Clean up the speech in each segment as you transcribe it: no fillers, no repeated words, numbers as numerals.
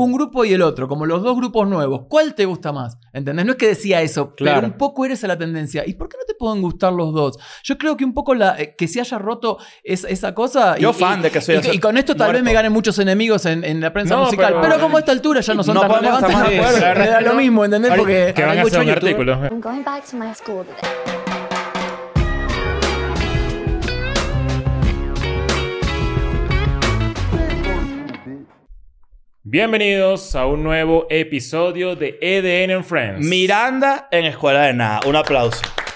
un grupo y el otro, como los dos grupos nuevos. ¿Cuál te gusta más? ¿Entendés? No es que decía eso, Claro. pero un poco eres a la tendencia. ¿Y por qué no te pueden gustar los dos? Yo creo que un poco que se haya roto esa cosa... Yo fan de que soy y con esto tal vez me ganen muchos enemigos en la prensa musical. Pero como a esta altura ya no son tan podemos relevantes, estar más de acuerdo. me da lo mismo, ¿entendés? Porque... Que van a hacer un artículo. I'm going back to my school today. Bienvenidos a un nuevo episodio de EDN and Friends. Miranda en Escuela de Nada. Un aplauso.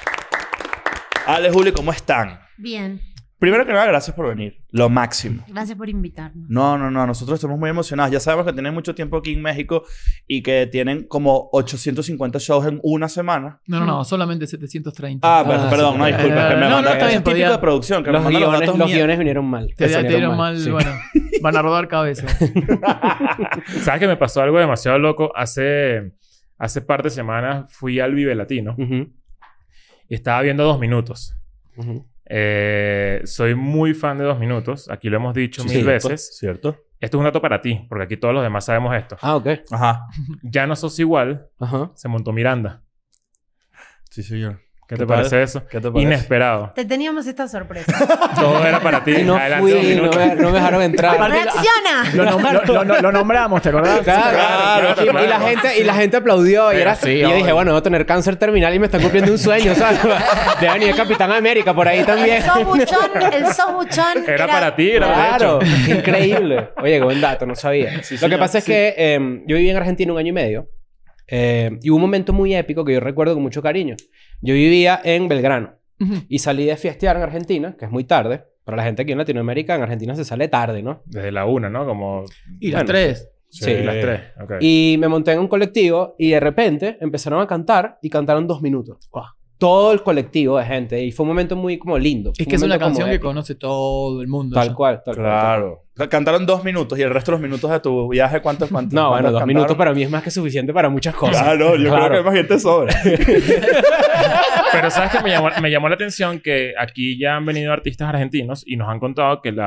Ale, Juli, ¿cómo están? Bien. Primero que nada, gracias por venir. Lo máximo. Gracias por invitarnos. No. Nosotros estamos muy emocionados. Ya sabemos que tienen mucho tiempo aquí en México y que tienen como 850 shows en una semana. No, solamente 730. Perdón, no, disculpa. no, que me no, mandan- está bien, es típico podía- de producción. Que Los me mandan datos guiones mierda. vinieron mal. Te dieron mal, sí. bueno. Van a rodar cabezas. ¿Sabes que me pasó algo demasiado loco? Hace par de semanas fui al Vive Latino Ujú, y estaba viendo 2 minutos. ujú. Soy muy fan de 2 minutos. Aquí lo hemos dicho Sí, mil cierto, veces. Cierto. Esto es un dato para ti, porque aquí todos los demás sabemos esto. Ah, ok. Ajá. Ya no sos igual. Ajá. Se montó Miranda. Sí, señor. ¿Qué ¿Qué te tal? parece eso? ¿Qué te parece? Inesperado. Te teníamos esta sorpresa. Todo era para ti. Y no Adelante, 2 fui, no minutos. me dejaron entrar. Aparte- ¡Reacciona! Lo nombramos, ¿te acordás? Claro. Y la gente aplaudió y era así. Y yo dije, bueno, debo tener cáncer terminal y me están cumpliendo un sueño, ¿sabes? Debe venir Capitán América por ahí también. El sos buchón Era para ti, era Claro, de hecho. increíble. Oye, qué buen dato, no sabía. Lo que señor, pasa es que yo viví en Argentina 1 año y medio. Y hubo un momento muy épico que yo recuerdo con mucho cariño. Yo vivía en Belgrano y salí de fiestear en Argentina, que es muy tarde. Para la gente aquí en Latinoamérica, en Argentina se sale tarde, ¿no? Desde la 1, ¿no? Como... Y las Bueno, 3. Sí, las 3. Ok. Y me monté en un colectivo y de repente empezaron a cantar y cantaron 2 minutos. Guau. Todo el colectivo de gente. Y fue un momento muy como lindo. Es Fue que un es una momento como canción que épico. conoce todo el mundo. Tal ya. cual, tal cual. Claro. O sea, cantaron 2 minutos y el resto de los minutos de tu viaje, ¿cuántos? No, bueno, cuántos 2 cantaron? minutos para mí es más que suficiente para muchas cosas. Claro, yo creo que más bien te sobra. Pero ¿sabes qué? Me llamó la atención que aquí ya han venido artistas argentinos y nos han contado que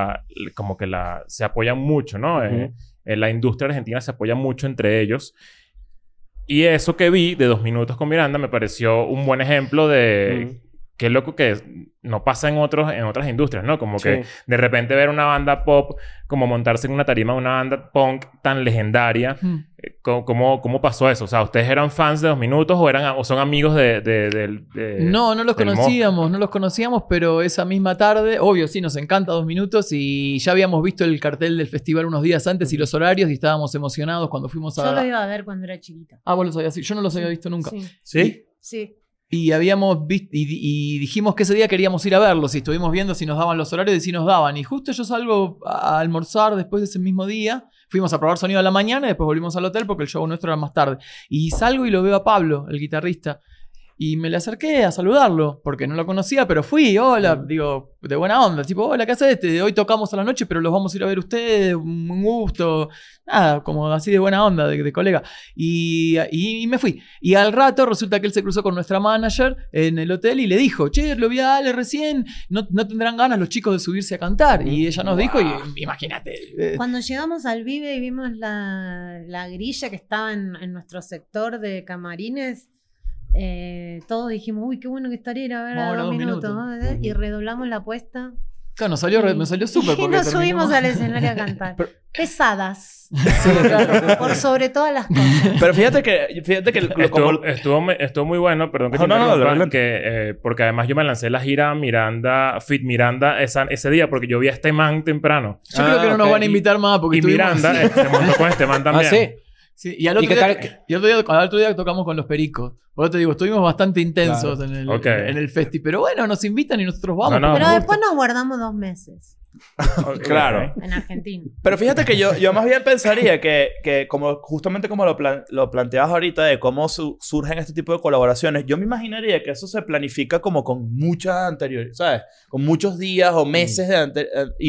se apoyan mucho, ¿no? Ujú. La industria argentina se apoya mucho entre ellos. Y eso que vi de 2 minutos con Miranda me pareció un buen ejemplo de... Qué loco que no pasa en otras industrias, ¿no? Como que Sí. de repente ver una banda pop como montarse en una tarima de una banda punk tan legendaria. Mm. ¿Cómo pasó eso? O sea, ¿ustedes eran fans de 2 minutos o son amigos de No los del conocíamos, pero esa misma tarde, obvio, sí, nos encanta 2 minutos y ya habíamos visto el cartel del festival unos días antes y los horarios y estábamos emocionados cuando fuimos Yo lo iba a ver cuando era chiquita. Ah, vos lo sabías, sí. Yo no los había visto nunca. Sí. ¿Sí? Sí. Y habíamos visto y dijimos que ese día queríamos ir a verlos y estuvimos viendo si nos daban los horarios y si nos daban. Y justo yo salgo a almorzar después de ese mismo día. Fuimos a probar sonido a la mañana y después volvimos al hotel porque el show nuestro era más tarde. Y salgo y lo veo a Pablo, el guitarrista. Y me le acerqué a saludarlo porque no lo conocía, pero fui, hola, digo, de buena onda. Tipo, hola, ¿qué haces? Hoy tocamos a la noche, pero los vamos a ir a ver ustedes, un gusto. Nada, como así de buena onda, de colega. Y me fui. Y al rato resulta que él se cruzó con nuestra manager en el hotel y le dijo, che, lo vi a Ale recién, no tendrán ganas los chicos de subirse a cantar. Y ella nos dijo, y imagínate. Cuando llegamos al Vive y vimos la grilla que estaba en nuestro sector de camarines, todos dijimos, uy, qué bueno que estaría ir a ver a Ahora 2 2 minutos. minutos. ¿no? Y redoblamos la apuesta. Claro, me salió súper. Y porque nos subimos terminamos- al escenario a cantar. Pesadas. Sí, claro. Por sobre todas las cosas. Pero fíjate que Estuvo muy bueno, perdón que te No, interrumpa, adelante. porque además yo me lancé la gira Fit Miranda ese día porque yo vi a este man temprano. Yo creo que no nos ok. van a invitar más porque Y estuvimos- Miranda se montó con este man también. Ah, sí. Sí, y al otro, ¿Y qué día, tal? y al otro día tocamos con los Pericos. Por eso te digo, estuvimos bastante intensos en el, Ok. en el festi. Pero bueno, nos invitan y nosotros vamos. No, Pero porque después nos guardamos 2 meses Ok. Claro. en Argentina. Pero fíjate que yo más bien pensaría que como justamente como lo planteabas ahorita de cómo surgen este tipo de colaboraciones, yo me imaginaría que eso se planifica como con mucha anterioridad, ¿sabes? Con muchos días o meses y no.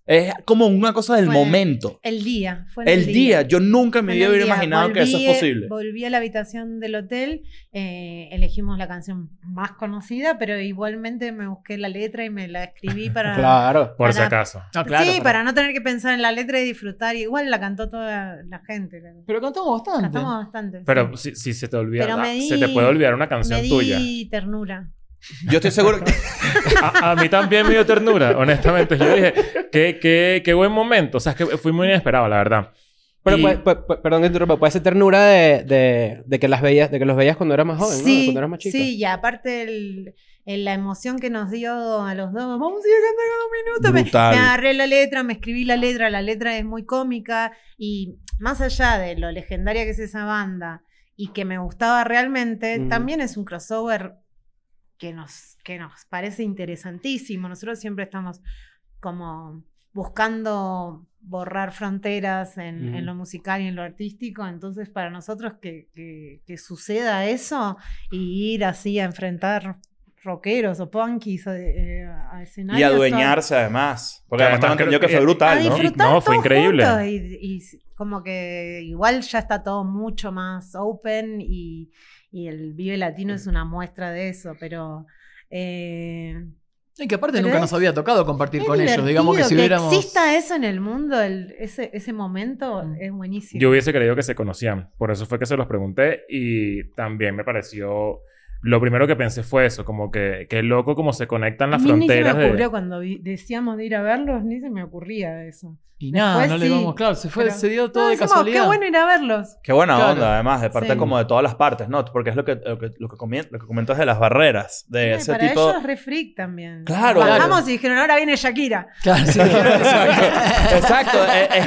Es como una cosa del Fue momento. El día. Fue El día. Yo nunca en mi Fue en vida el hubiera día. imaginado que eso es posible. Volví a la habitación del hotel, elegimos la canción más conocida, pero igualmente me busqué la letra y me la escribí para... Claro. Por si Para- acaso. No, claro, sí, para no tener que pensar en la letra y disfrutar. Igual la cantó toda la gente. Pero cantamos bastante. Cantamos bastante. Pero sí. si se te olvida, Pero me di- se te puede olvidar una Me canción di tuya. ternura. Yo estoy seguro que... A mí también me dio ternura, honestamente. Yo dije, qué buen momento. O sea, es que fui muy inesperado, la verdad. Pero, Y- perdón que interrumpa, puede ser ternura de que las veías, de que los veías cuando eras más joven, ¿no? Sí, Cuando eras más chica. sí, y aparte la emoción que nos dio a los dos, vamos a ir a cantar en 2 minutos. Brutal. Me agarré la letra, me escribí la letra es muy cómica y más allá de lo legendaria que es esa banda y que me gustaba realmente, Ujú. también es un crossover que nos parece interesantísimo. Nosotros siempre estamos como buscando borrar fronteras en Ujú. lo musical y en lo artístico, entonces para nosotros que suceda eso y ir así a enfrentar rockeros o punkies a escenarios. Y adueñarse además. Porque además Además, tengo entendido creo que fue a brutal, ¿no? disfrutar No, fue todos increíble. juntos y como que igual ya está todo mucho más open y el Vive Latino es una muestra de eso, pero Y que aparte Pero nunca es- nos había tocado compartir es con ellos. Digamos que si divertido hubiéramos... exista eso en el mundo, ese momento es buenísimo. Yo hubiese creído que se conocían. Por eso fue que se los pregunté. Y también me pareció... Lo primero que pensé fue eso. Como que... Qué loco como se conectan las A mí fronteras ni se me ocurrió de... cuando decíamos de ir a verlos, ni se me ocurría eso. Y nada, Después no le sí, vamos... Claro, pero- se dio todo No, de decimos, casualidad. qué bueno ir a verlos. Qué buena Claro. onda, además, de parte Sí. como de todas las partes, ¿no? Porque es lo que comentas de las barreras, de ese Para tipo... ellos es re freak también. Claro. Bajamos Claro. y dijeron, ahora viene Shakira. Claro, sí. Exacto,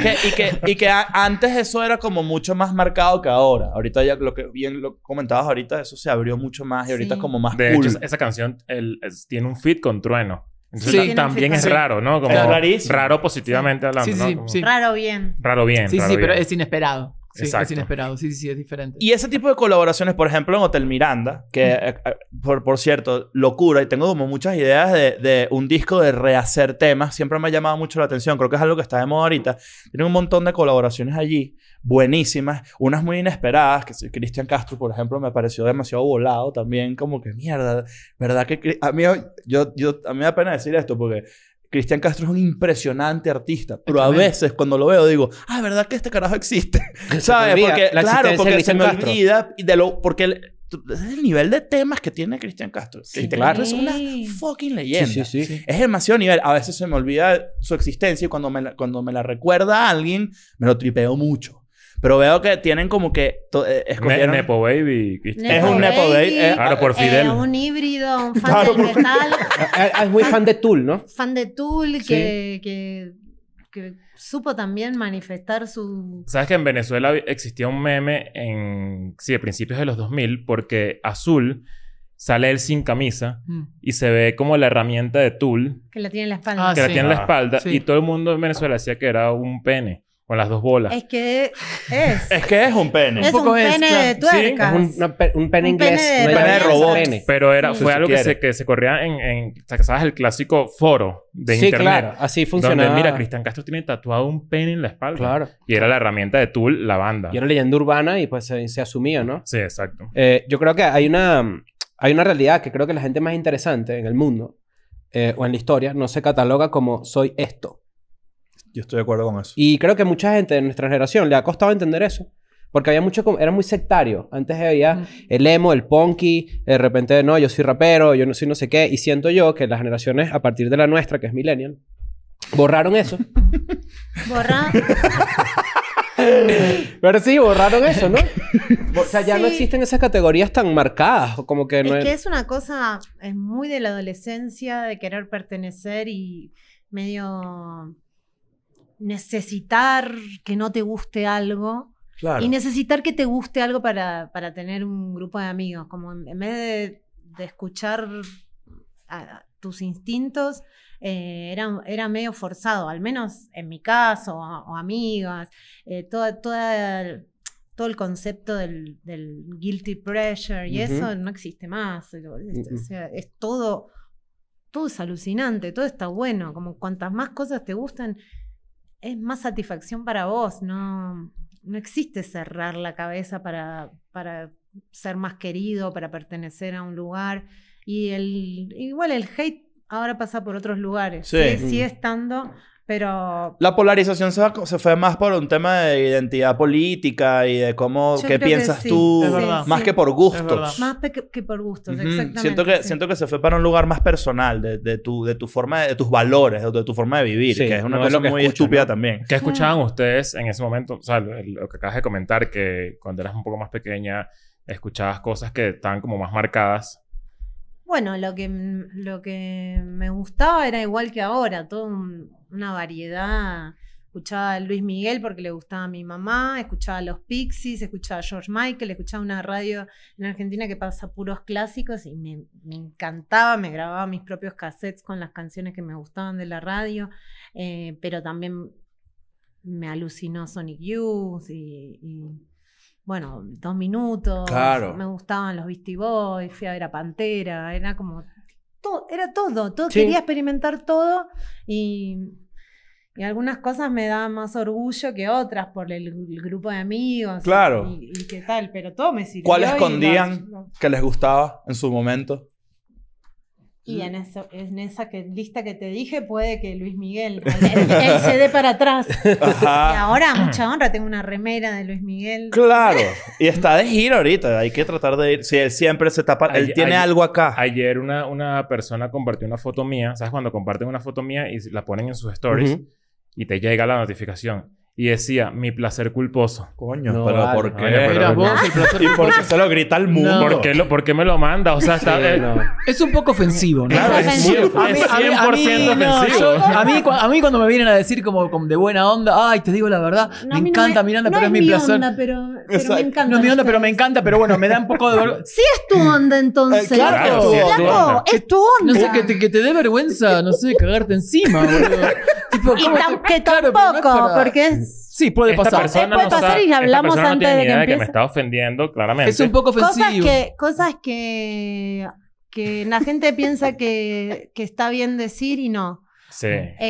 es que antes eso era como mucho más marcado que ahora. Ahorita ya lo que bien lo comentabas ahorita, eso se abrió mucho más y ahorita Sí. es como más De cool. hecho, esa canción tiene un feat con Trueno. Entonces Sí. Tiene un también feat es con- raro, ¿no? Como Es rarísimo. raro positivamente hablando, Sí, ¿no? sí, Como sí. Raro bien. Raro bien. Sí, raro sí, pero bien. es inesperado. Sí, es Exacto. inesperado. Sí, sí, sí, es diferente. Y ese tipo de colaboraciones, por ejemplo, en Hotel Miranda, que, por cierto, locura, y tengo como muchas ideas de un disco de rehacer temas, siempre me ha llamado mucho la atención, creo que es algo que está de moda ahorita. Tienen un montón de colaboraciones allí, buenísimas, unas muy inesperadas, que Cristian Castro, por ejemplo, me pareció demasiado volado también, como que mierda, ¿verdad? Que a mí me da pena decir esto, porque... Cristian Castro es un impresionante artista, pero a tremendo. veces cuando lo veo digo, ¿verdad que este carajo existe? te ¿Sabes? olvida Porque, la claro, existencia de porque se Cristian me Castro. olvida porque es el nivel de temas que tiene Cristian Castro. Cristian claro. Castro es una fucking leyenda. Sí, sí, sí. Es demasiado nivel. A veces se me olvida su existencia y cuando me la recuerda a alguien, me lo tripeo mucho. Pero veo que tienen como que escogieron... Nepo Baby. Cristian. Es un Nepo Baby, Claro, por Fidel. Un híbrido, un fan Claro, del por metal, Es muy fan de Tool, ¿no? fan de Tool, Sí. que supo también manifestar su... ¿Sabes que en Venezuela existía un meme a principios de los 2000? Porque Azul sale él sin camisa y se ve como la herramienta de Tool que la tiene en la espalda. Ah, que la sí. tiene en la espalda Sí. y todo el mundo en Venezuela decía que era un pene con las 2 bolas. Es que Es que es un pene. es un poco es, pene de claro. Es tuercas. un pene Un inglés. pene de no pene de llaman robot. pene. Pero Sí. fue Si algo quiere. que se corría ¿sabes? El clásico foro de Sí, internet. claro. Así funcionaba. Donde, mira, Cristian Castro tiene tatuado un pene en la espalda. Claro. Y era la herramienta de Tool, la banda. Y era leyenda urbana y pues se asumía, ¿no? Sí, exacto. Yo creo que hay una realidad que creo que la gente más interesante en el mundo o en la historia no se cataloga como soy esto. Yo estoy de acuerdo con eso. Y creo que mucha gente de nuestra generación le ha costado entender eso. Porque había era muy sectario. Antes había el emo, el punky, de repente, no, yo soy rapero, yo no soy no sé qué. Y siento yo que las generaciones, a partir de la nuestra, que es millennial, borraron eso. Borra. Pero sí, borraron eso, ¿no? O sea, ya no Sí. existen esas categorías tan marcadas. O como que no Es que es una cosa, es muy de la adolescencia, de querer pertenecer y medio necesitar que no te guste algo. Claro. Y necesitar que te guste algo para tener un grupo de amigos. Como en vez de escuchar a tus instintos, era medio forzado, al menos en mi caso, o amigas. Todo el concepto del guilty pleasure y Ujú. eso no existe más. O sea, es todo todo es alucinante, todo está bueno. Como cuantas más cosas te gustan, es más satisfacción para vos. No existe cerrar la cabeza para ser más querido, para pertenecer a un lugar. Y igual el hate ahora pasa por otros lugares. Sí. Sigue estando, pero... La polarización se fue más por un tema de identidad política y de cómo... Yo ¿Qué creo que piensas sí. tú? Es verdad. Más Sí. que por Es gustos. verdad. Más que por gustos, Ujú. exactamente. Siento que se fue para un lugar más personal de tu forma, de tus valores, de tu forma de vivir, Sí, que es una no es cosa lo que muy escuchan, estúpida ¿no? también. ¿Qué escuchaban ustedes en ese momento? O sea, lo que acabas de comentar, que cuando eras un poco más pequeña escuchabas cosas que estaban como más marcadas. Bueno, lo que me gustaba era igual que ahora, toda una variedad. Escuchaba a Luis Miguel porque le gustaba a mi mamá, escuchaba a los Pixies, escuchaba a George Michael, escuchaba una radio en Argentina que pasa puros clásicos y me encantaba, me grababa mis propios cassettes con las canciones que me gustaban de la radio, pero también me alucinó Sonic Youth y bueno, 2 Minutos. Claro. Me gustaban los Beastie Boys, fui a ver a Pantera, era como... Era todo. Sí. Quería experimentar todo y algunas cosas me daban más orgullo que otras por el grupo de amigos. Claro. Y qué tal, pero todo me sirvió. ¿Cuál y escondían que les gustaba en su momento? Y en esa lista que te dije, puede que Luis Miguel, el CD para atrás. Y Ajá. ahora, mucha honra, tengo una remera de Luis Miguel. Claro. Y está de gira ahorita. Hay que tratar de ir. Si él siempre se tapa... Él tiene algo acá. Ayer una persona compartió una foto mía. ¿Sabes? Cuando comparten una foto mía y la ponen en sus stories Ujú. y te llega la notificación. Y decía, mi placer culposo. Coño, No, pero vale. ¿por qué? Coño, pero- Eras vos el placer. ¿Y por qué se lo grita al mundo? No. ¿Por qué me lo manda? O sea, está... Sí, no. Es un poco ofensivo, ¿no? Claro, Es es, muy, ofensivo. es 100% no, ofensivo. a mí cuando me vienen a decir como de buena onda, ay, te digo la verdad, No, a me mí encanta no Miranda, no pero es mi placer. Onda, pero me Exacto. encanta. No es mi onda, pero me encanta, pero bueno, me da un poco de vergüenza. Sí es tu onda, entonces. Claro, sí, es tu Flaco, onda. es tu onda. No sé, que te dé vergüenza, no sé, cagarte encima, boludo. Tipo, Y ¿cómo que claro, pero no es tampoco, para- porque es... Sí, puede Esta pasar. persona Puede pasar y hablamos esta persona antes no tiene de ni que idea de que me empiece. está ofendiendo, claramente. Es un poco ofensivo. Cosas que la gente piensa que está bien decir y no. Sí.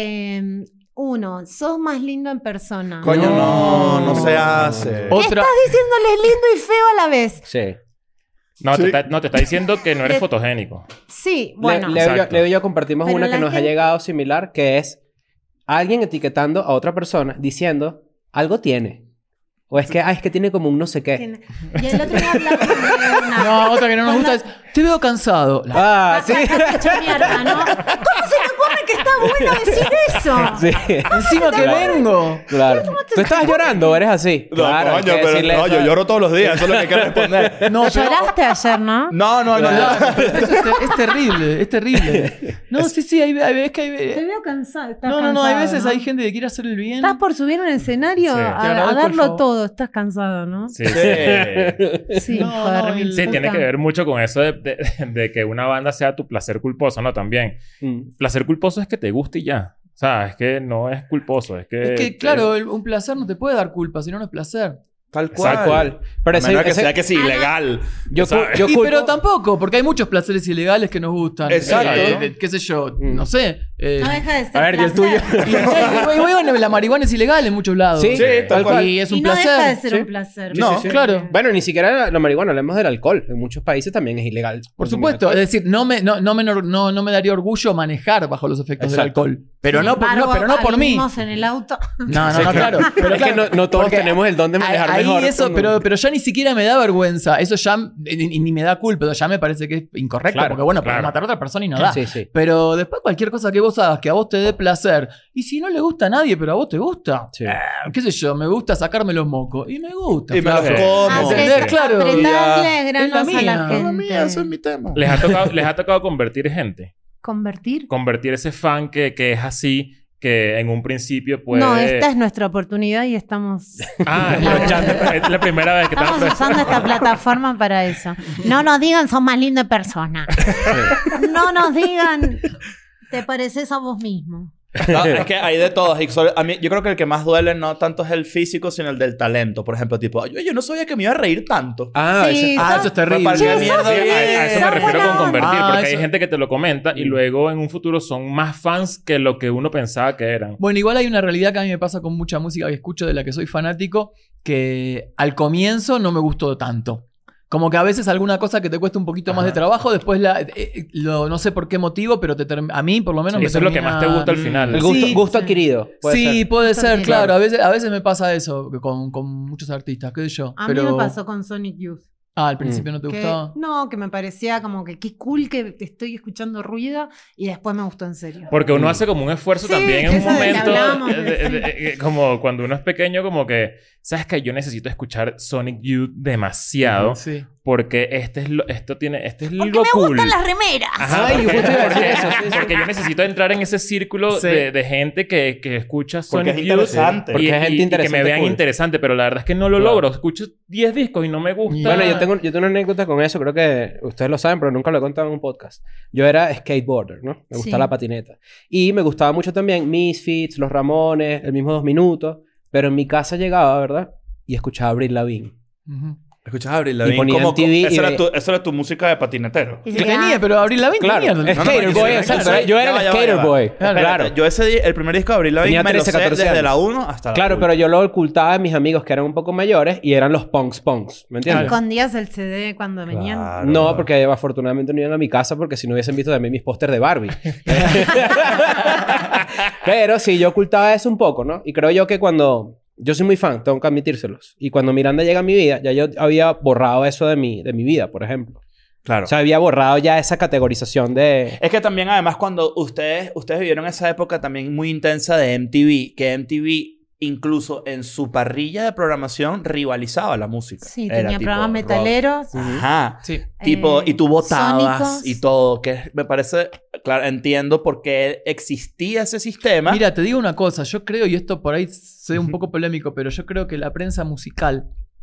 Uno, sos más lindo en persona. Coño, No. no se hace. Otra, Estás diciéndole lindo y feo a la vez. Sí. No, Sí. te está diciendo que no eres fotogénico. Sí, bueno. Exacto. Leo y yo compartimos Pero una que la nos ha gente- llegado similar, que es alguien etiquetando a otra persona diciendo algo tiene. O es que, es que tiene como un no sé qué. Y el otro día hablamos de una... no, otra que no nos gusta es, te veo cansado. Sí. Hecho mierda, ¿no? ¿Cómo se te ocurre que está bueno decir eso? Sí. Encima que vengo. Claro. ¿Tú estás llorando o eres así? No, Claro, hay coño, que pero decirle no, eso. yo lloro todos los días. Eso es lo que hay que responder. No, pero- Lloraste ayer, ¿no? No. Claro, pero eso es terrible, es terrible. No, sí, hay veces que Te hay... veo cansado. Estás No, hay cansado, veces ¿no? hay gente que quiere hacer el bien. Estás por subir un escenario Sí. Te a agradezco el darlo favor. todo. Estás cansado, ¿no? Sí. Sí. Sí, No, joder, no, mil Sí, puta. tiene que ver mucho con eso de que una banda sea tu placer culposo, ¿no? También. Mm. Placer culposo es que te guste y ya. O sea, es que no es culposo. Es que Claro, un placer no te puede dar culpa, si no, no es placer. Tal cual. Tal cual. Pero A menos que sea que es ilegal. yo, ¿sabes? yo Y culpo- pero tampoco, porque hay muchos placeres ilegales que nos gustan. Exacto. Qué sé yo, Mm. no sé. No deja de ser A ver, ¿y el placer. tuyo? Y bueno, la marihuana es ilegal en muchos lados. Sí, tal cual. Y es un Y no placer. deja de ser Sí. un placer. No, claro. Bueno, ni siquiera la marihuana, hablemos del alcohol. En muchos países también es ilegal. Por supuesto, es decir, no me daría orgullo manejar bajo los efectos del Exacto. alcohol. Pero Sin no, pero embargo, no por mí. salimos en el auto. No, claro. Pero Es que claro, no todos porque tenemos el don de manejar ahí mejor. eso, pero ya ni siquiera me da vergüenza. Eso ya ni me da culpa. Eso ya me parece que es incorrecto. Claro, porque bueno, para claro. matar a otra persona y no da. Sí, sí. Pero después cualquier cosa que vos hagas que a vos te dé placer. Y si no le gusta a nadie, pero a vos te gusta. Sí. Qué sé yo, me gusta sacarme los mocos. Y me gusta. Y me los flaco. como. ¿Entendés? Claro. Apretarle Es la granos a mía. la Es la mía, gente. eso es mi tema. les ha tocado convertir gente. ¿Convertir? Convertir ese fan que es así, que en un principio puede... No, esta es nuestra oportunidad y estamos... Ah, aprovechando. Es la primera vez que Estamos usando esta plataforma para eso. No nos digan, sos más linda persona. No nos digan, te pareces a vos mismo. No, es que hay de todos. A mí, yo creo que el que más duele no tanto es el físico, sino el del talento. Por ejemplo, tipo, yo no sabía que me iba a reír tanto. Sí, eso es terrible. Me pareció mierda. A eso me refiero con convertir, porque hay eso- gente que te lo comenta y luego en un futuro son más fans que lo que uno pensaba que eran. Bueno, igual hay una realidad que a mí me pasa con mucha música que escucho de la que soy fanático, que al comienzo no me gustó tanto. Como que a veces alguna cosa que te cuesta un poquito más de trabajo, después no sé por qué motivo, pero a mí por lo menos Y me eso es lo que termina- más te gusta al final. El gusto, Sí, gusto adquirido. Sí, puede ser, También. claro. A veces me pasa eso con muchos artistas, qué sé yo. A pero... mí me pasó con Sonic Youth. Ah, al principio no te Que, gustaba. no, que me parecía como que qué cool que te estoy escuchando ruido y después me gustó en serio. Porque uno hace como un esfuerzo Sí, también en un eso de que momento. hablábamos Como cuando uno es pequeño, como que, ¿sabes qué? Yo necesito escuchar Sonic Youth demasiado. Sí. Porque este es lo Porque lo me cool. gustan las remeras. Ajá, Ay, porque, justo iba a decir porque- eso, sí, sí. porque yo necesito entrar en ese círculo Sí. de gente que escucha Porque Sonic es Youth. interesante. Porque es gente y que me interesante, vean cool. interesante, pero la verdad es que no lo Claro. logro. Escucho 10 discos y no me gusta. Bueno, yo tengo una anécdota con eso. Creo que ustedes lo saben, pero nunca lo he contado en un podcast. Yo era skateboarder, ¿no? Me gustaba Sí. la patineta. Y me gustaba mucho también Misfits, Los Ramones, el mismo 2 Minutos. Pero en mi casa llegaba, ¿verdad? Y escuchaba Avril Lavigne. Ujú. ¿Escuchas a Avril Y Lavigne? ponía ¿Cómo- MTV y esa, ve- esa era tu música de patinetero. Y Que decía, tenía, pero Abril Lavigne Claro, tenía. Skater Boy, exacto. Yo era el Skater Boy. Espérate, Claro. Yo el primer disco de Avril Lavigne Tenía me lo 13, sé 14 desde años. la 1 hasta la Claro, última. pero yo lo ocultaba de mis amigos que eran un poco mayores y eran los punks. ¿Me entiendes? escondías el CD cuando venían. Claro. No, porque afortunadamente no iban a mi casa porque si no hubiesen visto también mis pósters de Barbie. Pero sí, yo ocultaba eso un poco, ¿no? Y creo yo que cuando... Yo soy muy fan, tengo que admitírselos. Y cuando Miranda llega a mi vida, ya yo había borrado eso de mi vida, por ejemplo. Claro. O sea, había borrado ya esa categorización de... Es que también, además, cuando ustedes vivieron esa época también muy intensa de MTV, que MTV incluso en su parrilla de programación rivalizaba la música. Sí, Era tenía tipo programas rock. metaleros. Ajá. Sí. Tipo, y tú votabas sónicos. y todo, que me parece, claro, entiendo por qué existía ese sistema. Mira, te digo una cosa. Yo creo, y esto por ahí sé un poco polémico, pero yo creo que la prensa musical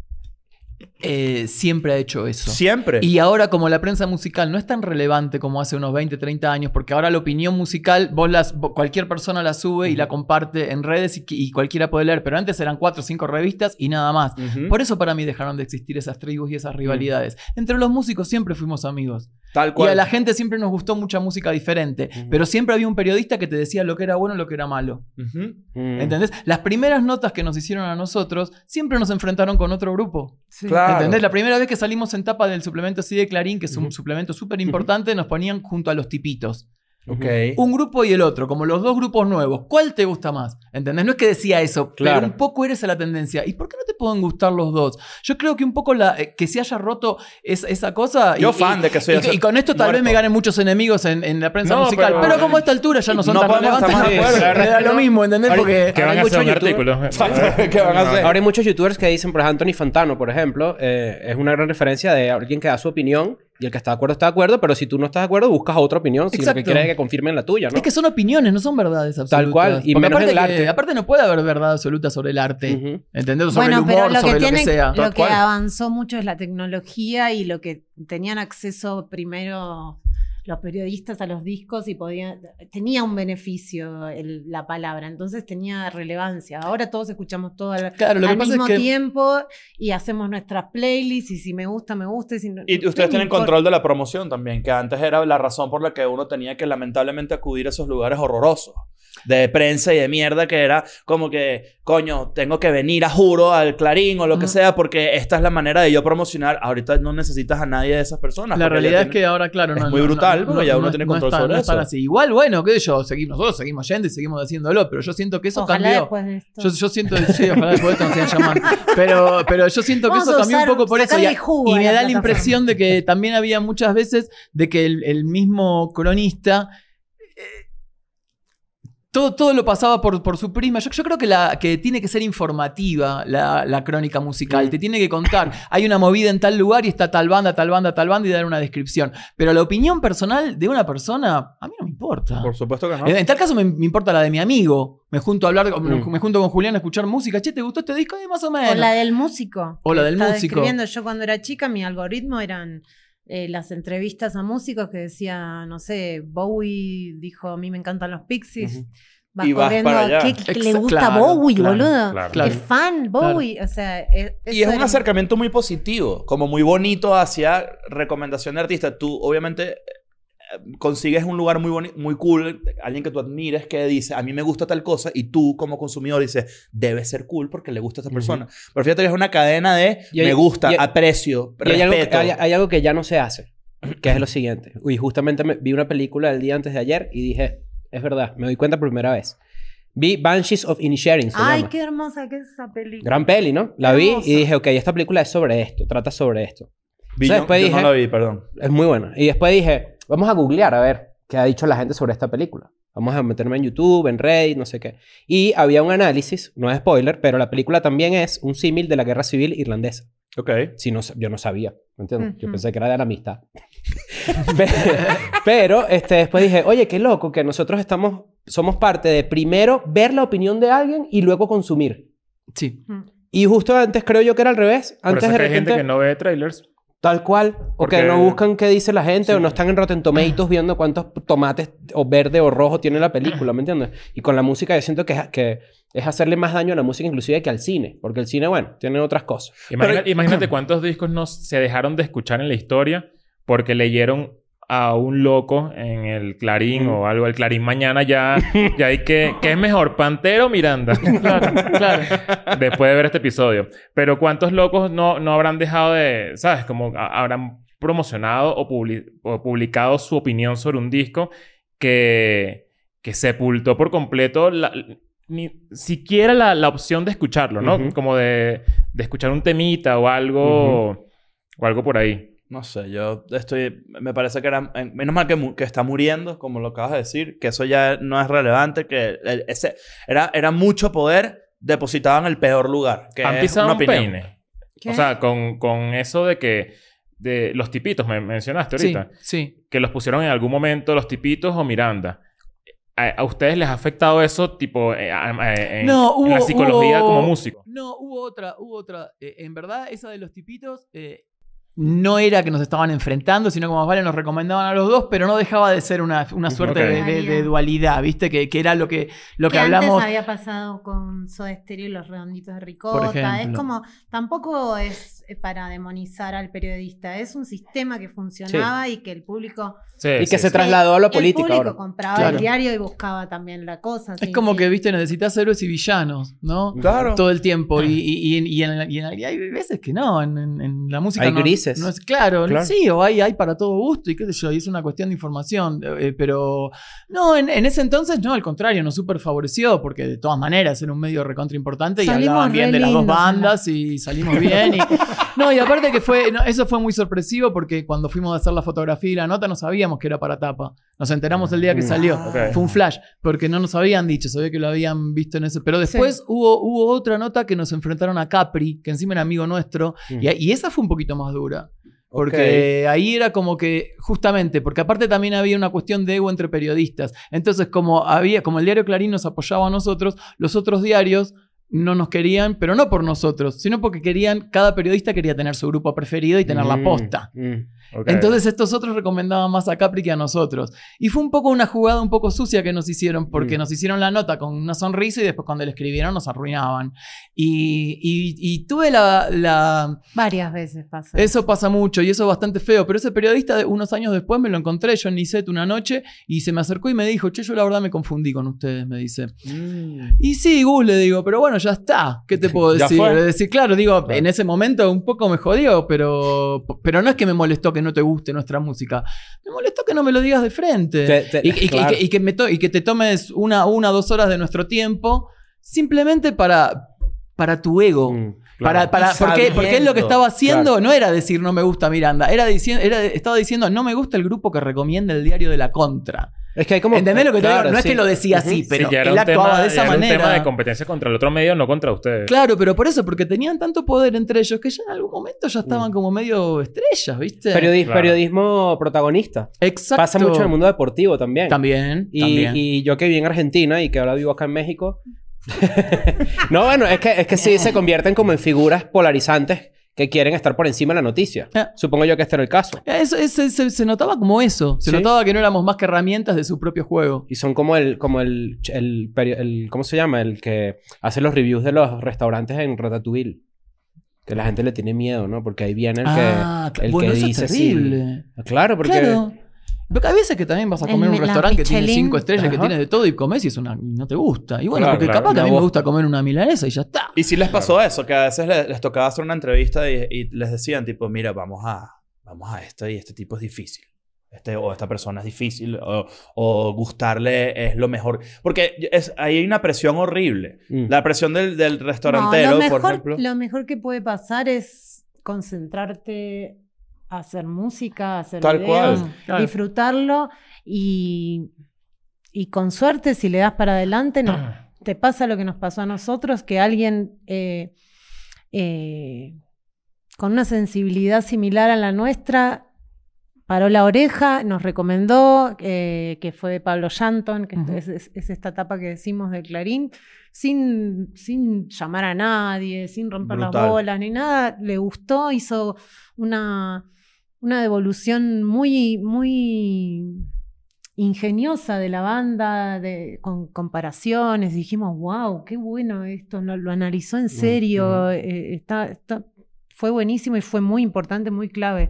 siempre ha hecho eso. Siempre. Y ahora, como la prensa musical no es tan relevante como hace unos 20, 30 años, porque ahora la opinión musical, cualquier persona la sube y la comparte en redes y cualquiera puede leer, pero antes eran 4 o 5 revistas y nada más. Ujú. Por eso para mí dejaron de existir esas tribus y esas rivalidades. Entre los músicos siempre fuimos amigos. Tal Y cual. a la gente siempre nos gustó mucha música diferente, pero siempre había un periodista que te decía lo que era bueno y lo que era malo. Ujú. ¿Entendés? Las primeras notas que nos hicieron a nosotros siempre nos enfrentaron con otro grupo. Claro. ¿Entendés? La primera vez que salimos en tapa del suplemento así de Clarín, que es un suplemento súper importante, nos ponían junto a los tipitos. Ok. Un grupo y el otro, como los dos grupos nuevos. ¿Cuál te gusta más? ¿Entendés? No es que decía eso, Claro. pero un poco eres a la tendencia. ¿Y por qué no te pueden gustar los dos? Yo creo que un poco que se haya roto esa cosa. Yo fan de que soy y con esto tal vez me ganen muchos enemigos en la prensa No, musical. Pero, pero- como a esta altura ya no son No tan podemos relevantes, estar más de no, acuerdo. me da lo mismo, ¿entendés? Porque Que van hay a hacer un muchos artículo. Exacto. ¿Qué van a hacer? Ahora hay muchos youtubers que dicen, por ejemplo, Anthony Fantano, por ejemplo, es una gran referencia de alguien que da su opinión y el que está de acuerdo está de acuerdo, pero si tú no estás de acuerdo buscas otra opinión si lo Exacto. que quieres es que confirmen la tuya, ¿no? es que son opiniones, no son verdades absolutas. cual, y Porque menos en el aparte arte. aparte no puede haber verdad absoluta sobre el arte. Ujú. ¿Entendés? O sobre Bueno, el pero humor, lo sobre que lo que tiene, sea. lo Tal que cual. avanzó mucho es la tecnología y lo que tenían acceso primero los periodistas a los discos y tenía un beneficio la palabra, entonces tenía relevancia. Ahora todos escuchamos todo al Claro, lo que pasa mismo es que tiempo y hacemos nuestras playlists y si me gusta, me gusta. Y, si no, Y no ustedes me tienen importa. control de la promoción también, que antes era la razón por la que uno tenía que lamentablemente acudir a esos lugares horrorosos de prensa y de mierda, que era como que, coño, tengo que venir a juro al Clarín o lo que sea porque esta es la manera de yo promocionar. Ahorita no necesitas a nadie de esas personas. La porque realidad ya es que ahora, claro, es muy brutal, porque ya uno tiene control no sobre no es tan eso. así. Igual, bueno, qué sé yo, nosotros seguimos yendo y seguimos haciéndolo, pero yo siento que eso Ojalá cambió. después de esto. Yo siento, sí, ojalá después de esto nos sigan llamando. Pero yo siento que Vamos eso a cambió un poco por eso. sacarle jugo Y a me la da la plataforma. impresión de que también había muchas veces de que el mismo cronista todo lo pasaba por su prisma. Yo creo que tiene que ser informativa la crónica musical. Te tiene que contar. Hay una movida en tal lugar y está tal banda y dar una descripción. Pero la opinión personal de una persona, a mí no me importa. Por supuesto que no. En tal caso me importa la de mi amigo. Me junto a hablar, me junto con Julián a escuchar música. Che, ¿te gustó este disco? Más o menos. O la del músico. O la que del estaba músico. describiendo. Yo cuando era chica, mi algoritmo eran las entrevistas a músicos que decía, no sé, Bowie dijo, a mí me encantan los Pixies. vas Y vas corriendo. para allá. ¿Qué le gusta Claro, Bowie, claro, boludo? claro. Es fan Bowie. O sea, Y es un acercamiento muy positivo, como muy bonito hacia recomendación de artistas. Tú, obviamente, consigues un lugar muy bonito, muy cool, alguien que tú admires que dice, a mí me gusta tal cosa, y tú, como consumidor, dices, debe ser cool porque le gusta a esta persona. Pero fíjate, es una cadena de me gusta, aprecio, Y respeto. hay algo que ya no se hace, que es lo siguiente. Y justamente vi una película el día antes de ayer y dije, es verdad, me doy cuenta por primera vez. Vi Banshees of Inisherin, se Ay, llama. qué hermosa que es esa película. Gran peli, ¿no? La vi Hermosa. y dije, ok, esta película es sobre esto, trata sobre esto. Vi, O sea, yo después no dije- la vi, perdón. Es muy buena. Y después dije, vamos a googlear a ver qué ha dicho la gente sobre esta película. Vamos a meterme en YouTube, en Reddit, no sé qué. Y había un análisis, no es spoiler, pero la película también es un símil de la Guerra Civil Irlandesa. Ok. Si no, yo no sabía, ¿me entiendes? Yo Ujú. pensé que era de la amistad. pero después dije, oye, qué loco que nosotros somos parte de primero ver la opinión de alguien y luego consumir. Sí. Y justo antes creo yo que era al revés. Por Antes eso es de que hay repente, gente que no ve trailers. tal cual, o Porque- que no buscan qué dice la gente, Sí. o no están en Rotten Tomatoes viendo cuántos tomates o verde o rojo tiene la película, ¿me entiendes? Y con la música yo siento que es hacerle más daño a la música inclusive que al cine, porque el cine, bueno, tiene otras cosas. Imagínate cuántos discos no se dejaron de escuchar en la historia porque leyeron a un loco en el Clarín o algo. El Clarín mañana ya hay que... ¿Qué es mejor, Pantera o Miranda? Claro, claro. Después de ver este episodio. Pero ¿cuántos locos no habrán dejado de... ¿Sabes? Como habrán promocionado o publicado su opinión sobre un disco que sepultó por completo ni siquiera la opción de escucharlo, ¿no? Ujú. Como de escuchar un temita o algo... O algo por ahí. No sé, yo me parece que era... Menos mal que está muriendo, como lo acabas de decir, que eso ya no es relevante, que era mucho poder depositado en el peor lugar, que ¿Han es pisado una un opinión. peine? ¿Qué? O sea, con eso de que... De los tipitos, me mencionaste Sí, ahorita. sí. Que los pusieron en algún momento los tipitos o Miranda. ¿A ustedes les ha afectado eso, tipo, en la psicología como músico? No, hubo otra. En verdad, esa de los tipitos no era que nos estaban enfrentando, sino como más vale nos recomendaban a los dos, pero no dejaba de ser una suerte Ok. de dualidad, ¿viste? Que era lo que hablamos. Antes había pasado con Soda Stereo y los redonditos de ricota. ejemplo. Es como, tampoco es para demonizar al periodista. Es un sistema que funcionaba y que el público... Sí, Y que sí, se sí. trasladó a la el política público ahora. compraba Claro. el diario y buscaba también la cosa. Es como que, viste, necesitas héroes y villanos, ¿no? Claro. Todo el tiempo. Y hay veces que no. En la música Hay no, grises. no es claro. Claro. Sí, o hay para todo gusto y qué sé yo. Y es una cuestión de información. Pero no, en ese entonces no, al contrario, nos súper favoreció porque de todas maneras era un medio recontra importante y Salimos hablaban bien re de las dos lindos, bandas y salimos bien. No, y aparte que eso fue muy sorpresivo porque cuando fuimos a hacer la fotografía y la nota no sabíamos que era para tapa. Nos enteramos el día que salió. Ok. Fue un flash, porque no nos habían dicho, sabía que lo habían visto en ese. Pero después hubo otra nota que nos enfrentaron a Capri, que encima era amigo nuestro, y esa fue un poquito más dura. Porque ahí era como que, justamente, porque aparte también había una cuestión de ego entre periodistas. Entonces, como el diario Clarín nos apoyaba a nosotros, los otros diarios no nos querían, pero no por nosotros, sino porque cada periodista quería tener su grupo preferido y tener la posta. Ok. Entonces estos otros recomendaban más a Capri que a nosotros. Y fue un poco una jugada un poco sucia que nos hicieron, porque nos hicieron la nota con una sonrisa y después cuando le escribieron nos arruinaban. Y tuve varias veces pasa. Eso pasa mucho y eso es bastante feo, pero ese periodista unos años después me lo encontré yo en Niceto una noche y se me acercó y me dijo, che, yo la verdad me confundí con ustedes, me dice. Y sí, Gus, le digo, pero bueno, ya está. ¿Qué te puedo Ya decir? fue. Decir, claro, digo, en ese momento un poco me jodió, pero no es que me molestó que no te guste nuestra música. Me molestó que no me lo digas de frente. Claro. Y que te tomes una o 2 horas de nuestro tiempo simplemente para tu ego. Claro. Porque él lo que estaba haciendo Claro. no era decir no me gusta Miranda, estaba diciendo no me gusta el grupo que recomienda el diario de la Contra. Es que hay como... ¿Entendés lo que te digo? Claro, No es sí. que lo decía así, Sí, pero ya era él un actuaba tema- de esa ya era manera. un tema de competencia contra el otro medio, no contra ustedes. Claro, pero por eso, porque tenían tanto poder entre ellos que ya en algún momento ya estaban como medio estrellas, ¿viste? Periodismo, Claro. periodismo protagonista. Exacto. Pasa mucho en el mundo deportivo también. También. Y yo que viví en Argentina y que ahora vivo acá en México. No, bueno, es que sí se convierten como en figuras polarizantes que quieren estar por encima de la noticia. Supongo yo que este era el caso. Se notaba como eso. Se ¿Sí? notaba que no éramos más que herramientas de su propio juego. Y son como el ¿cómo se llama? El que hace los reviews de los restaurantes en Ratatouille. Que la gente le tiene miedo, ¿no? Porque ahí viene el bueno, que eso dice es terrible. sí. Claro, porque... Claro. Porque hay veces que también vas a comer en un las restaurante que tiene Michelin. 5 estrellas, que Ajá. tiene de todo y comes y no te gusta. Y bueno, Claro, porque claro, capaz que a mí una me bosta. gusta comer una milanesa y ya está. Y sí les pasó eso, que a veces les tocaba hacer una entrevista y les decían, tipo, mira, vamos a esto y este tipo es difícil. O esta persona es difícil, o gustarle es lo mejor. Porque hay una presión horrible. La presión del restaurantero, No, por ejemplo. lo mejor que puede pasar es concentrarte a hacer música, a hacer Tal videos, cual. Claro. disfrutarlo y con suerte, si le das para adelante, no te pasa lo que nos pasó a nosotros, que alguien con una sensibilidad similar a la nuestra paró la oreja, nos recomendó, que fue Pablo Shanton, que Ujú. es esta etapa que decimos de Clarín, sin llamar a nadie, sin romper Brutal. las bolas ni nada, le gustó, hizo una devolución muy, muy ingeniosa de la banda, con comparaciones, dijimos, wow, qué bueno esto, lo analizó en serio, fue buenísimo y fue muy importante, muy clave.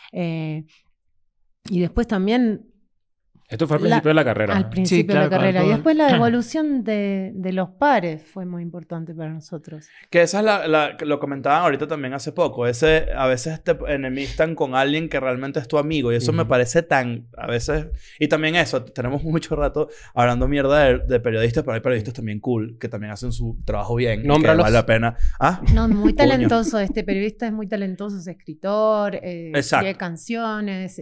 Y después también Esto fue al principio de la carrera. al ¿no? principio claro, de la carrera. con Y todo. después la devolución de los pares fue muy importante para nosotros. Que esa es que lo comentaban ahorita también hace poco. A veces te enemistan con alguien que realmente es tu amigo. Y eso me parece tan... A veces... Y también eso. Tenemos mucho rato hablando mierda de periodistas, pero hay periodistas también cool que también hacen su trabajo bien. y que Nómbralos. vale la pena. ¿Ah? No, muy Coño. talentoso. Este periodista es muy talentoso, es escritor, Exacto. escribe canciones.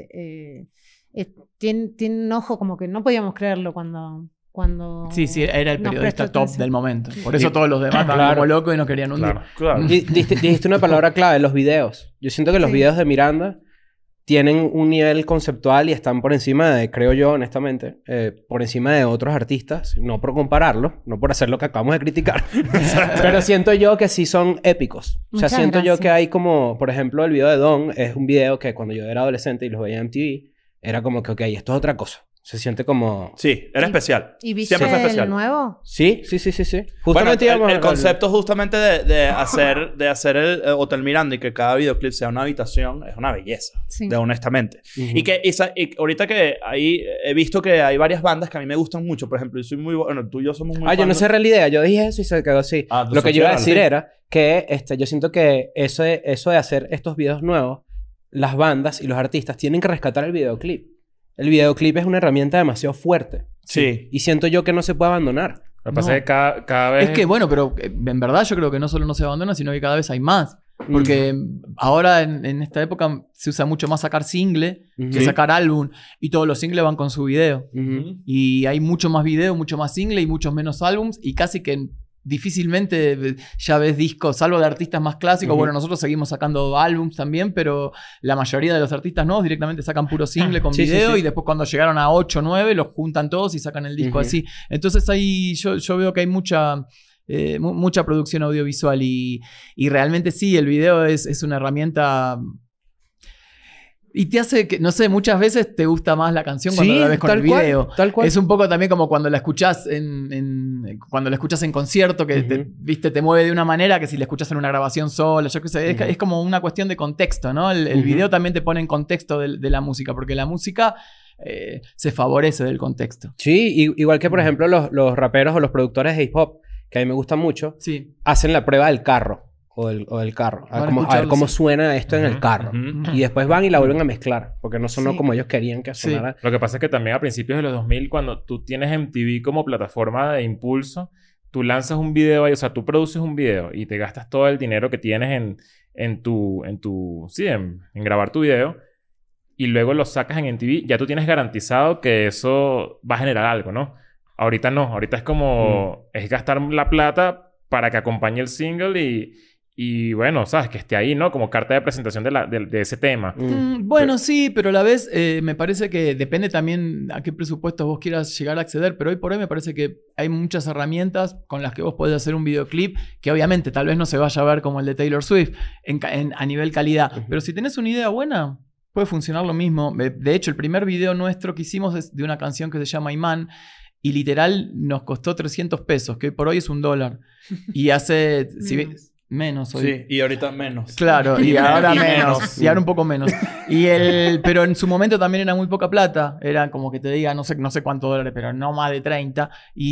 Tiene un ojo como que no podíamos creerlo cuando Sí, era el nos periodista prestó top atención. del momento. Por eso todos los demás estaban Claro. como locos y no querían hundir. Claro. Claro. Dijiste una palabra clave, los videos. Yo siento que los Sí. videos de Miranda tienen un nivel conceptual y están por encima de, creo yo, honestamente, por encima de otros artistas. No por compararlo, no por hacer lo que acabamos de criticar. Pero siento yo que sí son épicos. O sea, Muchas siento yo gracias. que hay como, por ejemplo, el video de Don es un video que cuando yo era adolescente y los veía en MTV, era como que, ok, esto es otra cosa. Se siente como... Sí, era especial. ¿Y viste Siempre fue especial. el nuevo? Sí. Bueno, Justamente íbamos el al- concepto justamente de hacer el Hotel Miranda y que cada videoclip sea una habitación es una belleza, Sí. honestamente. Ujú. Y ahorita que ahí he visto que hay varias bandas que a mí me gustan mucho. Por ejemplo, yo soy muy... Bueno, tú y yo somos muy Yo no fans de- cerré la idea. Yo dije eso y se quedó así. Ah, tú Lo que yo iba a ciérralo. decir era que yo siento que eso de hacer estos videos nuevos, las bandas y los artistas tienen que rescatar el videoclip. El videoclip es una herramienta demasiado fuerte. Sí. Y siento yo que no se puede abandonar. Lo que pasa No. es que cada vez... Es que bueno, pero en verdad yo creo que no solo no se abandona, sino que cada vez hay más. Porque ahora en esta época se usa mucho más sacar single Ujú. que sacar álbum. Y todos los singles van con su video. Ujú. Y hay mucho más video, mucho más single y muchos menos álbums. Y casi que difícilmente ya ves discos, salvo de artistas más clásicos. Ujú. Bueno, nosotros seguimos sacando álbums también, pero la mayoría de los artistas nuevos directamente sacan puro single con Sí, sí, video. sí. Y después cuando llegaron a 8 o 9 los juntan todos y sacan el disco Ujú. así. Entonces ahí yo veo que hay mucha producción audiovisual y realmente sí, el video es una herramienta y te hace que, no sé, muchas veces te gusta más la canción cuando Sí, la ves con tal el cual, video. tal cual. Es un poco también como cuando la escuchás cuando la escuchás en concierto, que Ujú. viste, te mueve de una manera que si la escuchas en una grabación sola, yo qué sé, Ujú. es como una cuestión de contexto, ¿no? El Ujú. video también te pone en contexto de la música, porque la música se favorece del contexto. Sí, igual que por ejemplo los raperos o los productores de hip hop, que a mí me gustan mucho, Sí. hacen la prueba del carro o del carro. A Van a ver cómo escucharlo, cómo sí. suena esto en el Ujú, carro. ujú. Y después van y la vuelven a mezclar, porque no sonó Sí. como ellos querían que Sí. sonara. Lo que pasa es que también a principios de los 2000, cuando tú tienes MTV como plataforma de impulso, tú lanzas un video ahí, o sea, tú produces un video y te gastas todo el dinero que tienes en grabar tu video y luego lo sacas en MTV, ya tú tienes garantizado que eso va a generar algo, ¿no? Ahorita no, ahorita es como, es gastar la plata para que acompañe el single Y bueno, ¿sabes? Que esté ahí, ¿no? Como carta de presentación de ese tema. Bueno, sí, pero a la vez me parece que depende también a qué presupuestos vos quieras llegar a acceder, pero hoy por hoy me parece que hay muchas herramientas con las que vos podés hacer un videoclip que obviamente tal vez no se vaya a ver como el de Taylor Swift a nivel calidad, pero si tenés una idea buena, puede funcionar lo mismo. De hecho, el primer video nuestro que hicimos es de una canción que se llama Imán y literal nos costó $300, que hoy por hoy es $1. Y hace... Menos hoy. Sí, y ahorita menos. Claro, y ahora menos. Y ahora un poco menos. Pero en su momento también era muy poca plata. Era como que te diga, no sé cuántos dólares, pero no más de 30.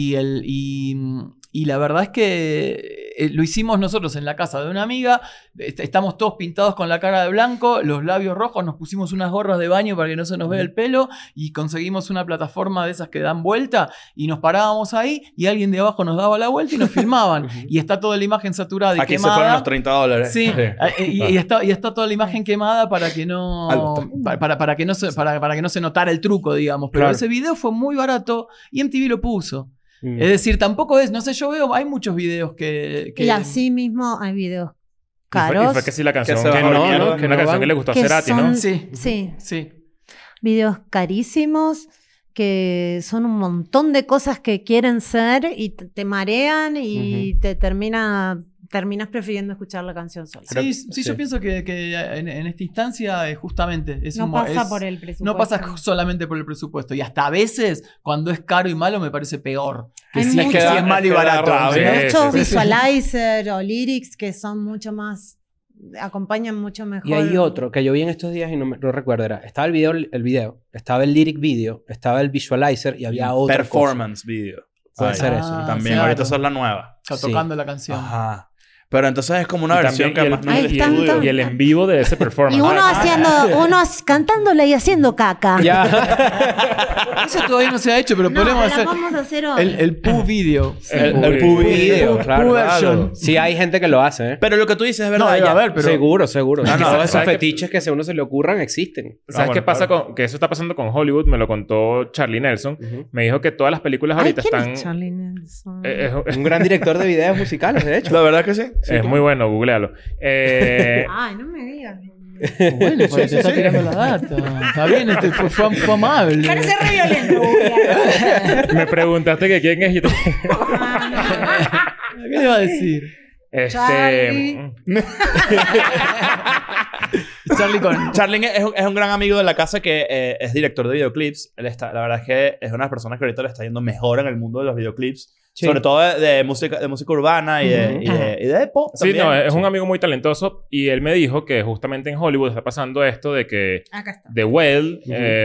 Y la verdad es que lo hicimos nosotros en la casa de una amiga. Estamos todos pintados con la cara de blanco, los labios rojos. Nos pusimos unas gorras de baño para que no se nos vea el pelo. Y conseguimos una plataforma de esas que dan vuelta. Y nos parábamos ahí y alguien de abajo nos daba la vuelta y nos filmaban. Y está toda la imagen saturada y Aquí quemada. se fueron los $30. Sí, y está toda la imagen quemada para que no para que no se notara el truco, digamos. Pero ese video fue muy barato y MTV lo puso. Es decir, tampoco es, no sé, yo veo, hay muchos videos que... Y así mismo hay videos caros. Y fue que sí la canción Que se bajó la mierda. que una canción que le gustó a que Cerati, son- ¿no? Sí. Videos carísimos que son un montón de cosas que quieren ser y te marean y te terminas prefiriendo escuchar la canción sola. Sí, yo pienso que en esta instancia justamente No pasa por el presupuesto. no pasa solamente por el presupuesto. Y hasta a veces, cuando es caro y malo, me parece peor. Que Hay si es mucho- que si es malo y es que da barato. rabia. ¿no? Sí, Muchos sí. visualizer o lyrics que son mucho más, acompañan mucho mejor. Y hay otro que yo vi en estos días y no recuerdo. Estaba el video, estaba el lyric video, estaba el visualizer y había otra Performance video. Puede Ay, ser eso. También, claro. ahorita son la nueva. Está Sí. tocando la canción. Ajá. Pero entonces es como una Y versión también- que y más el- no es Hay el estudio. tanto- Y el en vivo de ese performance. Y uno cantándola y haciendo caca. Ya. Eso todavía no se ha hecho, pero No, podemos la hacer vamos a hacer hoy. el Pooh video. El Pooh video, claro. Pooh version. Sí, hay gente que lo hace, ¿eh? Pero lo que tú dices es No, verdad. debe ya. haber, pero... Seguro. No, Todos esos ¿sabes qué? fetiches que a uno se le ocurran existen. ¿Sabes bueno, qué pasa claro. con... Que eso está pasando con Hollywood. Me lo contó Charlie Nelson. Me dijo que todas las películas Ay, ahorita ¿quién están... es Charlie Nelson? Un gran director de videos musicales, de hecho. La verdad que sí. es muy bueno, googlealo. Ay, no me digas. Bueno, porque te está tirando la data. Está bien, fue amable. Parece re violento. Me preguntaste que quién es y te... ¿Qué le va a decir? Charlie. Charlie con... Charlie es un gran amigo de la casa que es director de videoclips. La verdad es que es una de las personas que ahorita le está yendo mejor en el mundo de los videoclips. Sí. Sobre todo de música urbana y de pop Sí, también. no, es un amigo muy talentoso y él me dijo que justamente en Hollywood está pasando esto de que Acá está. The Whale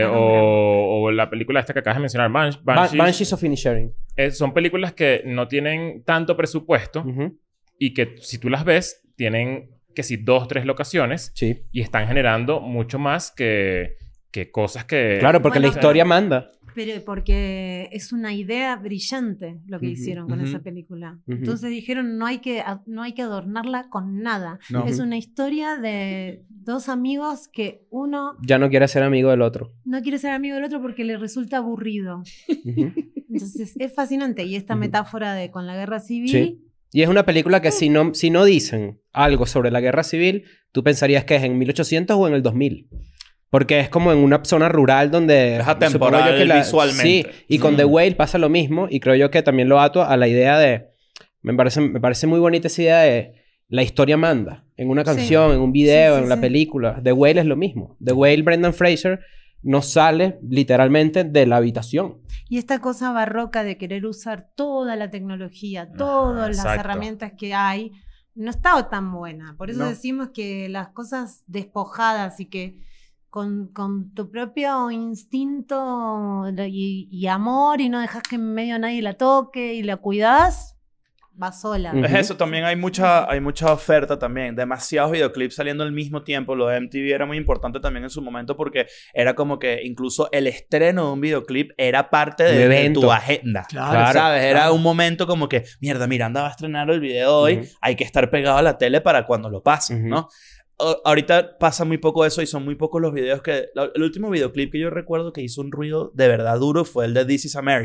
o la película esta que acabas de mencionar, Banshees, Banshees of Inisherin. son películas que no tienen tanto presupuesto y que si tú las ves tienen que si 2, 3 locaciones Sí. y están generando mucho más que cosas que... Claro, porque Bueno, la historia manda. Pero porque es una idea brillante lo que hicieron con esa película. Entonces dijeron, no hay que adornarla con nada. No. Es una historia de dos amigos que uno Ya no quiere ser amigo del otro. no quiere ser amigo del otro porque le resulta aburrido. Entonces es fascinante. Y esta metáfora de con la guerra civil... Sí. Y es una película que si no dicen algo sobre la guerra civil, tú pensarías que es en 1800 o en el 2000. Porque es como en una zona rural donde... Es atemporal supongo yo que visualmente. Sí, y con The Whale pasa lo mismo. Y creo yo que también lo ato a la idea de... Me parece muy bonita esa idea de... La historia manda. En una canción, en un video, Sí, sí, en la sí. película. The Whale es lo mismo. The Whale, Brendan Fraser, no sale literalmente de la habitación. Y esta cosa barroca de querer usar toda la tecnología, todas las exacto. herramientas que hay, no estaba tan buena. Por eso No. decimos que las cosas despojadas y que con tu propio instinto y amor y no dejas que en medio nadie la toque y la cuidás, va sola. Ujú. Es eso, también hay mucha oferta también. Demasiados videoclips saliendo al mismo tiempo. Lo de MTV era muy importante también en su momento porque era como que incluso el estreno de un videoclip era parte Un de evento. tu agenda. Claro, ¿Sabes? Era claro. un momento como que, mierda, Miranda va a estrenar el video hoy. Hay que estar pegado a la tele para cuando lo pasen, Ujú. ¿no? Ahorita pasa muy poco eso y son muy pocos los videos que... El último videoclip que yo recuerdo que hizo un ruido de verdad duro fue el de This is America.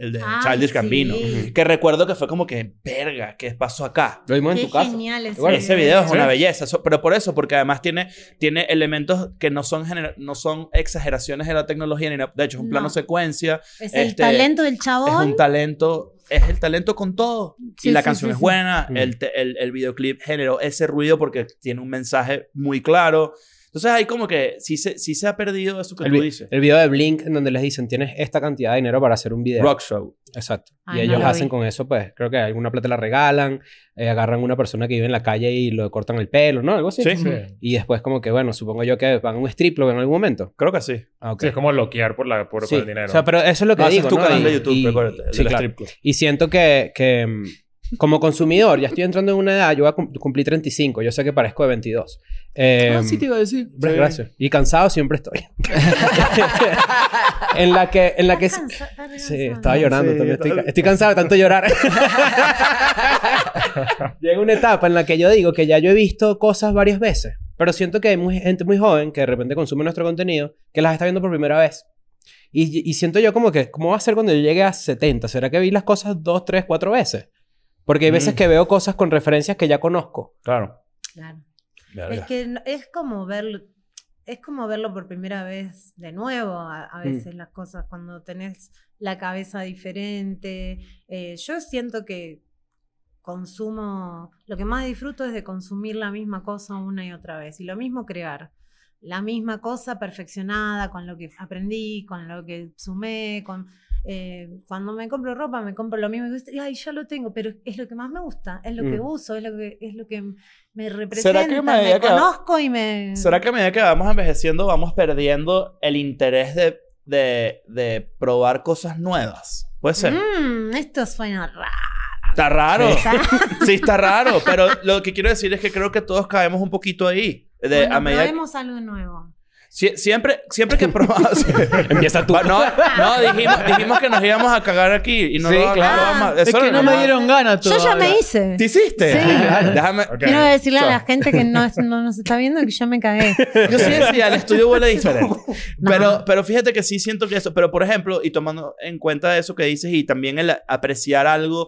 El de Ay, Childish Gambino. sí. Que recuerdo que fue como que, verga, ¿qué pasó acá? Lo vimos en Qué tu casa. genial ese Bueno, Ese video es Sí. una belleza. Pero por eso, porque además tiene elementos que no son exageraciones de la tecnología. Ni nada. De hecho, es un plano No. secuencia. Es el Este, talento del Es chabón. un talento. Es el talento con todo. Sí, y la sí, canción sí, es sí. buena. Mm. El videoclip generó ese ruido porque tiene un mensaje muy claro. Entonces ahí como que sí se ha perdido eso que tú dices. El video de Blink en donde les dicen tienes esta cantidad de dinero para hacer un video. Rock show. Exacto. Ay, y no ellos lo hacen vi. con eso, pues, creo que alguna plata la regalan, agarran a una persona que vive en la calle y lo cortan el pelo, ¿no? Algo así. Sí. Sí. Y después como que, bueno, supongo yo que van a un strip club en algún momento. Creo que sí. Ah, ok. Sí, es como loquear por Sí. el dinero. O sea, pero eso es lo que No, ese digo, es tu ¿no? canal de Y- YouTube, y- recuérdate. El sí, del claro. strip club. Y siento que como consumidor, ya estoy entrando en una edad, yo voy a cumplir 35, yo sé que parezco de 22. Sí te iba a decir. Gracias. Y cansado siempre estoy. en la que sí, estaba llorando Sí, también. total. Estoy cansado de tanto llorar. Llega una etapa en la que yo digo que ya yo he visto cosas varias veces, pero siento que hay gente muy joven que de repente consume nuestro contenido que las está viendo por primera vez. Y siento yo como que, ¿cómo va a ser cuando yo llegue a 70? ¿Será que vi las cosas 2, 3, 4 veces? Porque hay veces que veo cosas con referencias que ya conozco. Claro. Claro. Verga. Es que es como verlo por primera vez de nuevo a veces las cosas cuando tenés la cabeza diferente. Yo siento que lo que más disfruto es de consumir la misma cosa una y otra vez y lo mismo crear. La misma cosa perfeccionada con lo que aprendí, con lo que sumé, cuando me compro ropa me compro lo mismo y digo, ay, ya lo tengo, pero es lo que más me gusta, es lo que uso, es lo que me representa, que me conozco y me... ¿Será que a medida que vamos envejeciendo vamos perdiendo el interés de probar cosas nuevas? Puede ser. Esto suena raro. Está raro. Sí, está raro. Pero lo que quiero decir es que creo que todos caemos un poquito ahí. Bueno, A medida probemos algo nuevo. siempre que probamos... Empieza tú. No, dijimos que nos íbamos a cagar aquí y no Sí, lo claro. vamos a- Es eso que era no me nomás. dieron ganas Yo ya todavía. me hice. ¿Te hiciste? Sí. Déjame... Ok. Quiero decirle a So. la gente que no nos está viendo que yo me cagué. Yo sí decía, el estudio huele diferente. No. Pero fíjate que sí siento que eso... Pero, por ejemplo, y tomando en cuenta eso que dices y también el apreciar algo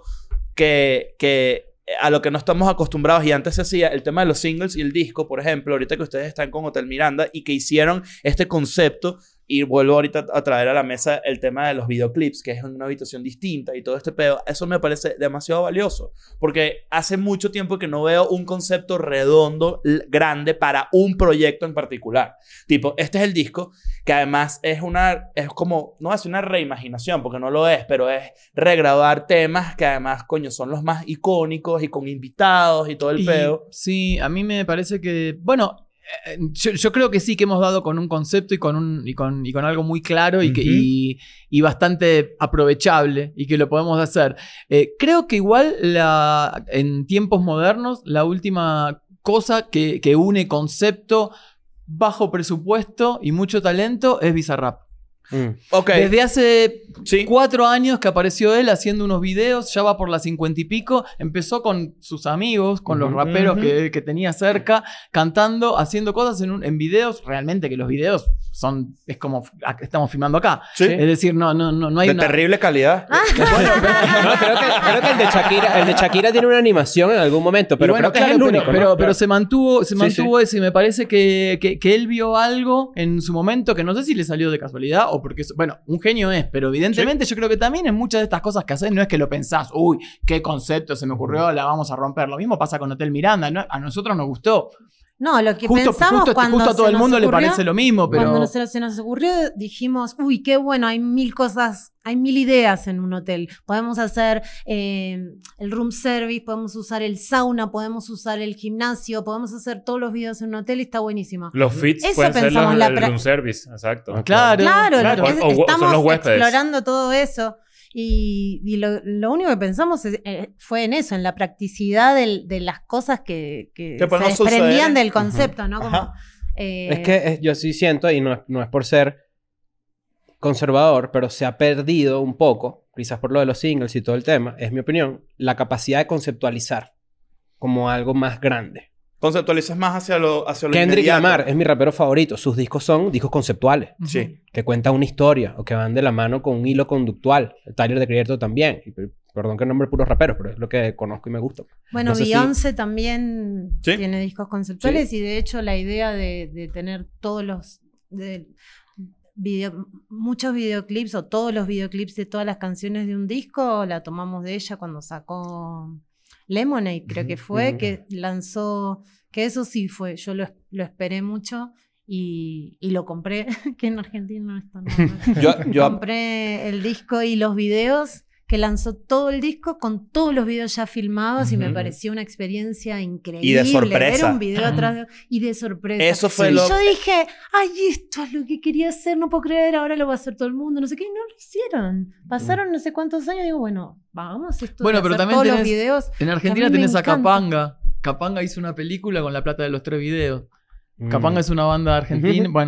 que a lo que no estamos acostumbrados y antes se hacía el tema de los singles y el disco, por ejemplo, ahorita que ustedes están con Hotel Miranda y que hicieron este concepto y vuelvo ahorita a traer a la mesa el tema de los videoclips, que es una habitación distinta y todo este pedo, eso me parece demasiado valioso, porque hace mucho tiempo que no veo un concepto redondo, grande para un proyecto en particular. Tipo, este es el disco, que además es como, no es una reimaginación, porque no lo es, pero es regrabar temas que además, coño, son los más icónicos y con invitados y todo el pedo. Sí, a mí me parece que, bueno, yo creo que sí que hemos dado con un concepto y con algo muy claro y bastante aprovechable y que lo podemos hacer. Creo que igual en tiempos modernos la última cosa que une concepto, bajo presupuesto y mucho talento es Bizarrap. Ok. Desde hace Sí. 4 años que apareció él haciendo unos videos, ya va por las 50 y pico, empezó con sus amigos, con los raperos que tenía cerca, cantando, haciendo cosas en videos, realmente que los videos es como estamos filmando acá. Sí. Es decir, no hay De una... terrible calidad. No, creo que el de Shakira tiene una animación en algún momento, pero Y bueno, creo que es claro, el único. ¿no? pero se mantuvo sí. eso y me parece que él vio algo en su momento que no sé si le salió de casualidad o porque, bueno, un genio es, pero evidentemente yo creo que también en muchas de estas cosas que haces no es que lo pensás, uy, qué concepto se me ocurrió, la vamos a romper. Lo mismo pasa con Hotel Miranda, ¿no? A nosotros nos gustó. No, lo que Justo pensamos cuando a todo se el nos mundo le ocurrió, parece lo mismo, pero... Cuando se nos ocurrió, dijimos, uy, qué bueno, hay 1000 cosas, hay 1000 ideas en un hotel. Podemos hacer el room service, podemos usar el sauna, podemos usar el gimnasio, podemos hacer todos los videos en un hotel y está buenísimo. Los fits Eso pueden ser pensamos el room service. Exacto. Claro. Claro, claro. lo que O son estamos los huéspedes. explorando todo eso. Y lo único que pensamos fue en eso, en la practicidad de las cosas que se podemos desprendían suceder. del concepto, ¿no? Como, Ajá. Es que yo sí siento, y no es por ser conservador, pero se ha perdido un poco, quizás por lo de los singles y todo el tema, es mi opinión, la capacidad de conceptualizar como algo más grande. Conceptualizas más hacia lo Kendrick inmediato. Lamar es mi rapero favorito. Sus discos son discos conceptuales. Sí. Que cuentan una historia o que van de la mano con un hilo conductual. Tyler, The Creator también. Perdón que nombre puros raperos, pero es lo que conozco y me gusta. Bueno, No sé si- Beyoncé también ¿Sí? tiene discos conceptuales y de hecho la idea de tener todos los muchos videoclips o todos los videoclips de todas las canciones de un disco la tomamos de ella cuando sacó Lemonade, creo que fue, que lanzó, que eso sí fue, yo lo esperé mucho y lo compré, que en Argentina no está nada. Yo Compré el disco y los videos, que lanzó todo el disco con todos los videos ya filmados y me pareció una experiencia increíble. Y de sorpresa. Ver un video atrás y de sorpresa. Eso fue y lo... yo dije, ay, esto es lo que quería hacer, no puedo creer, ahora lo va a hacer todo el mundo, no sé qué, y no lo hicieron. Pasaron no sé cuántos años y digo, bueno, vamos esto Bueno, de pero hacer también todos los tenés- videos. En Argentina a mí me tenés a encanta. Capanga. Capanga hizo una película con la plata de los 3 videos. Capanga es una banda argentina. Bueno,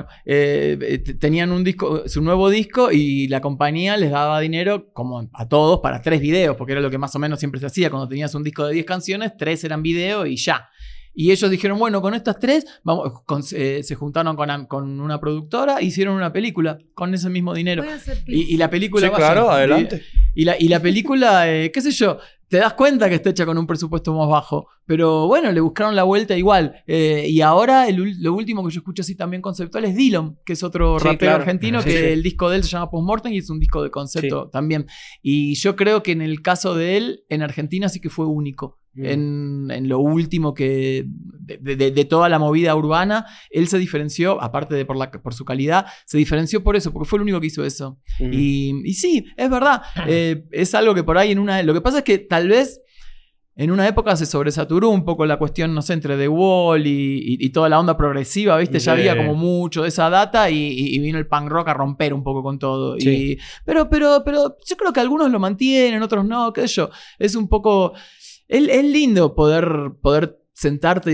tenían un disco, su nuevo disco, y la compañía les daba dinero, como a todos, para 3 videos, porque era lo que más o menos siempre se hacía. Cuando tenías un disco de 10 canciones, 3 eran video y ya. Y ellos dijeron, bueno, con estas 3, se juntaron con una productora e hicieron una película con ese mismo dinero. Voy a hacer Y la película... Sí, vaya, claro, adelante. Y la película, qué sé yo, te das cuenta que está hecha con un presupuesto más bajo. Pero bueno, le buscaron la vuelta igual. Y ahora lo último que yo escucho así también conceptual es Dillon, que es otro Sí, rapero claro. argentino, Sí, que sí. el disco de él se llama Postmortem y es un disco de concepto también. Y yo creo que en el caso de él, en Argentina sí que fue único. En lo último que de toda la movida urbana, él se diferenció, aparte de por su calidad, se diferenció por eso, porque fue el único que hizo eso. Y sí, es verdad, es algo que por ahí lo que pasa es que tal vez en una época se sobresaturó un poco la cuestión, no sé, entre The Wall y toda la onda progresiva, ¿viste? Ya Sí. había como mucho de esa data y vino el punk rock a romper un poco con todo. Sí. Pero yo creo que algunos lo mantienen, otros no, qué sé yo. Es un poco... Es lindo poder sentarte